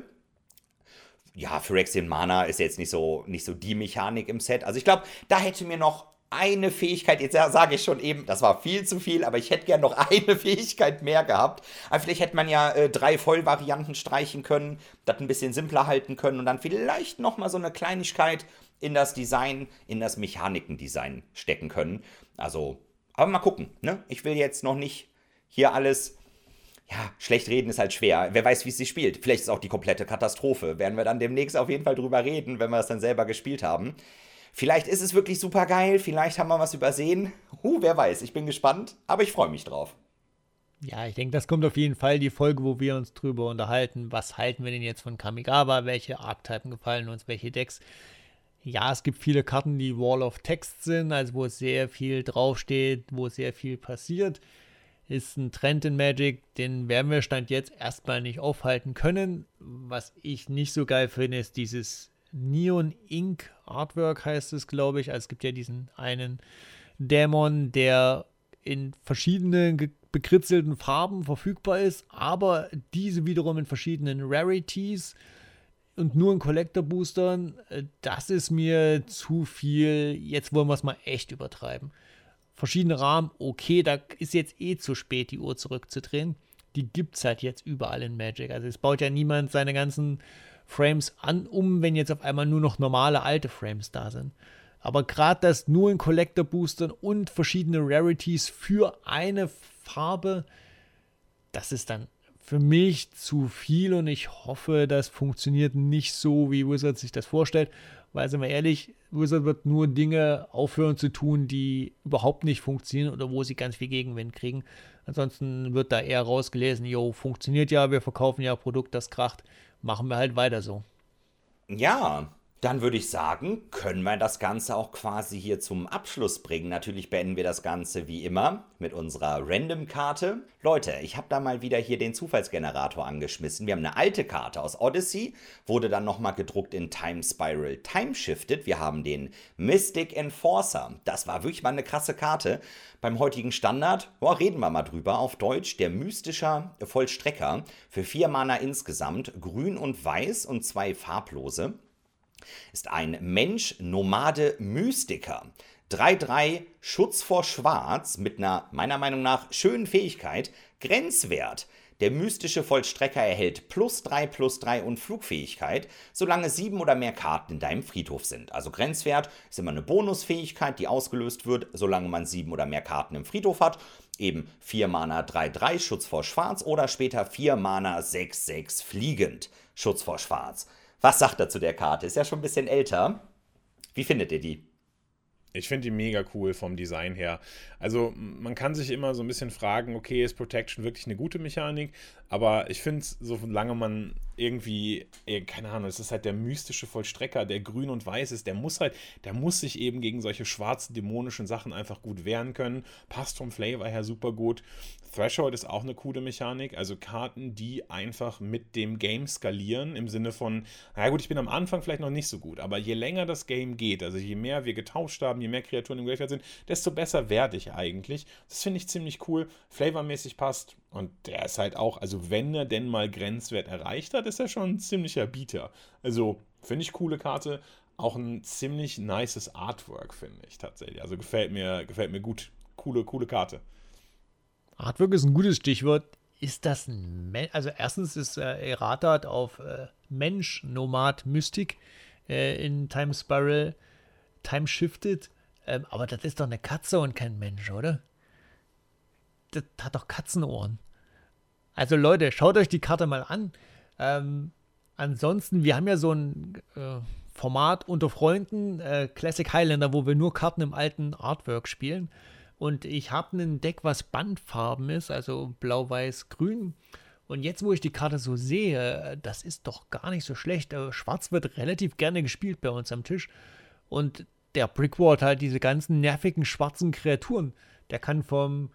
Ja, Phyrexian Mana ist jetzt nicht so die Mechanik im Set. Also ich glaube, da hätte mir noch eine Fähigkeit, jetzt sage ich schon eben, das war viel zu viel, aber ich hätte gern noch eine Fähigkeit mehr gehabt. Aber vielleicht hätte man ja 3 Vollvarianten streichen können, das ein bisschen simpler halten können und dann vielleicht nochmal so eine Kleinigkeit in das Design, in das Mechanikendesign stecken können. Also, aber mal gucken, ne? Ich will jetzt noch nicht hier alles, ja, schlecht reden ist halt schwer. Wer weiß, wie es sich spielt. Vielleicht ist es auch die komplette Katastrophe. Werden wir dann demnächst auf jeden Fall drüber reden, wenn wir es dann selber gespielt haben. Vielleicht ist es wirklich super geil, vielleicht haben wir was übersehen. Wer weiß, ich bin gespannt, aber ich freue mich drauf. Ja, ich denke, das kommt auf jeden Fall die Folge, wo wir uns drüber unterhalten. Was halten wir denn jetzt von Kamigawa? Welche Archetypen gefallen uns? Welche Decks? Ja, es gibt viele Karten, die Wall of Text sind, also wo sehr viel draufsteht, wo sehr viel passiert. Ist ein Trend in Magic, den werden wir Stand jetzt erstmal nicht aufhalten können. Was ich nicht so geil finde, ist dieses Neon Ink Artwork, heißt es, glaube ich. Also es gibt ja diesen einen Dämon, der in verschiedenen bekritzelten Farben verfügbar ist, aber diese wiederum in verschiedenen Rarities und nur in Collector-Boostern. Das ist mir zu viel. Jetzt wollen wir es mal echt übertreiben. Verschiedene Rahmen, okay, da ist jetzt zu spät, die Uhr zurückzudrehen. Die gibt es halt jetzt überall in Magic. Also es baut ja niemand seine ganzen Frames wenn jetzt auf einmal nur noch normale alte Frames da sind. Aber gerade das nur in Collector-Boostern und verschiedene Rarities für eine Farbe, das ist dann für mich zu viel und ich hoffe, das funktioniert nicht so, wie Wizard sich das vorstellt. Weil, sind wir ehrlich, Wizard wird nur Dinge aufhören zu tun, die überhaupt nicht funktionieren oder wo sie ganz viel Gegenwind kriegen. Ansonsten wird da eher rausgelesen, funktioniert ja, wir verkaufen ja Produkt, das kracht, machen wir halt weiter so. Ja, dann würde ich sagen, können wir das Ganze auch quasi hier zum Abschluss bringen. Natürlich beenden wir das Ganze wie immer mit unserer Random-Karte. Leute, ich habe da mal wieder hier den Zufallsgenerator angeschmissen. Wir haben eine alte Karte aus Odyssey, wurde dann nochmal gedruckt in Time Spiral Time Shifted. Wir haben den Mystic Enforcer. Das war wirklich mal eine krasse Karte. Beim heutigen Standard, reden wir mal drüber, auf Deutsch, der mystische Vollstrecker für 4 Mana insgesamt, grün und weiß und 2 farblose. Ist ein Mensch-Nomade-Mystiker. 3/3 Schutz vor Schwarz mit einer, meiner Meinung nach, schönen Fähigkeit. Grenzwert. Der mystische Vollstrecker erhält +3/+3 und Flugfähigkeit, solange 7 oder mehr Karten in deinem Friedhof sind. Also Grenzwert ist immer eine Bonusfähigkeit, die ausgelöst wird, solange man 7 oder mehr Karten im Friedhof hat. Eben 4 Mana 3/3 Schutz vor Schwarz oder später 4 Mana 6/6 fliegend Schutz vor Schwarz. Was sagt er zu der Karte? Ist ja schon ein bisschen älter. Wie findet ihr die? Ich finde die mega cool vom Design her. Also man kann sich immer so ein bisschen fragen, okay, ist Protection wirklich eine gute Mechanik? Aber ich finde, solange man irgendwie, keine Ahnung, es ist halt der mystische Vollstrecker, der grün und weiß ist, der muss sich eben gegen solche schwarzen, dämonischen Sachen einfach gut wehren können. Passt vom Flavor her super gut. Threshold ist auch eine coole Mechanik, also Karten, die einfach mit dem Game skalieren, im Sinne von, na gut, ich bin am Anfang vielleicht noch nicht so gut, aber je länger das Game geht, also je mehr wir getauscht haben, je mehr Kreaturen im Graveyard sind, desto besser werde ich eigentlich. Das finde ich ziemlich cool, flavormäßig passt und der ist halt auch, also wenn er denn mal Grenzwert erreicht hat, ist er schon ein ziemlicher Bieter. Also finde ich coole Karte, auch ein ziemlich nices Artwork, finde ich tatsächlich. Also gefällt mir gut. Coole Karte. Artwork ist ein gutes Stichwort. Ist das ein also erstens ist Errata auf Mensch, Nomad, Mystik in Time Spiral Time Shifted. Aber das ist doch eine Katze und kein Mensch, oder? Das hat doch Katzenohren. Also Leute, schaut euch die Karte mal an. Ansonsten, wir haben ja so ein Format unter Freunden, Classic Highlander, wo wir nur Karten im alten Artwork spielen. Und ich habe ein Deck, was Bandfarben ist, also blau, weiß, grün. Und jetzt, wo ich die Karte so sehe, das ist doch gar nicht so schlecht. Schwarz wird relativ gerne gespielt bei uns am Tisch. Und der Brickward halt diese ganzen nervigen schwarzen Kreaturen. Der kann vom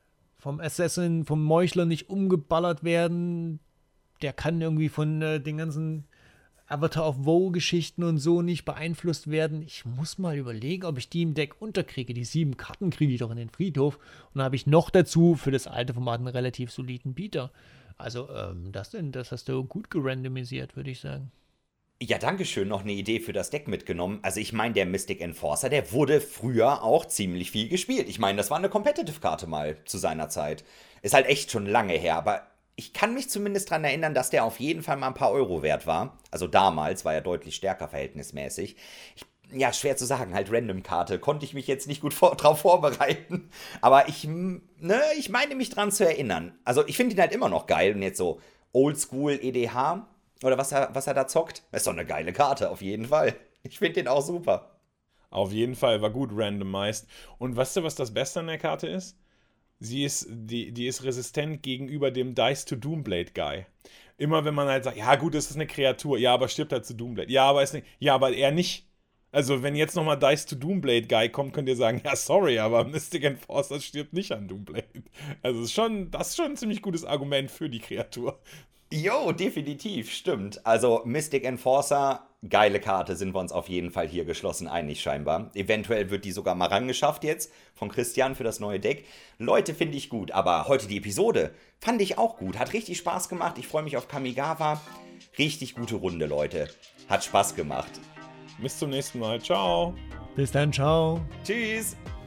Assassin, vom Meuchler nicht umgeballert werden. Der kann irgendwie von den ganzen Avatar of Woe-Geschichten und so nicht beeinflusst werden. Ich muss mal überlegen, ob ich die im Deck unterkriege. Die 7 Karten kriege ich doch in den Friedhof. Und dann habe ich noch dazu für das alte Format einen relativ soliden Bieter. Also, das hast du gut gerandomisiert, würde ich sagen. Ja, danke schön. Noch eine Idee für das Deck mitgenommen. Also ich meine, der Mystic Enforcer, der wurde früher auch ziemlich viel gespielt. Ich meine, das war eine Competitive-Karte mal zu seiner Zeit. Ist halt echt schon lange her, aber ich kann mich zumindest daran erinnern, dass der auf jeden Fall mal ein paar Euro wert war. Also damals war er deutlich stärker verhältnismäßig. Ja, schwer zu sagen, halt Random-Karte. Konnte ich mich jetzt nicht gut drauf vorbereiten. Aber ich meine mich dran zu erinnern. Also ich finde ihn halt immer noch geil. Und jetzt so Oldschool EDH oder was er da zockt, ist doch eine geile Karte, auf jeden Fall. Ich finde den auch super. Auf jeden Fall, war gut randomized. Und weißt du, was das Beste an der Karte ist? Die ist resistent gegenüber dem Dice to Doomblade Guy. Immer wenn man halt sagt, ja gut, das ist eine Kreatur, ja, aber stirbt halt zu Doomblade. Ja, aber er nicht. Also wenn jetzt nochmal Dice to Doomblade Guy kommt, könnt ihr sagen, ja sorry, aber Mystic Enforcer stirbt nicht an Doomblade. Also das ist schon ein ziemlich gutes Argument für die Kreatur. Jo, definitiv, stimmt. Also Mystic Enforcer, geile Karte, sind wir uns auf jeden Fall hier geschlossen einig scheinbar. Eventuell wird die sogar mal rangeschafft jetzt von Christian für das neue Deck. Leute, finde ich gut, aber heute die Episode fand ich auch gut. Hat richtig Spaß gemacht, ich freue mich auf Kamigawa. Richtig gute Runde, Leute. Hat Spaß gemacht. Bis zum nächsten Mal, ciao. Bis dann, ciao. Tschüss.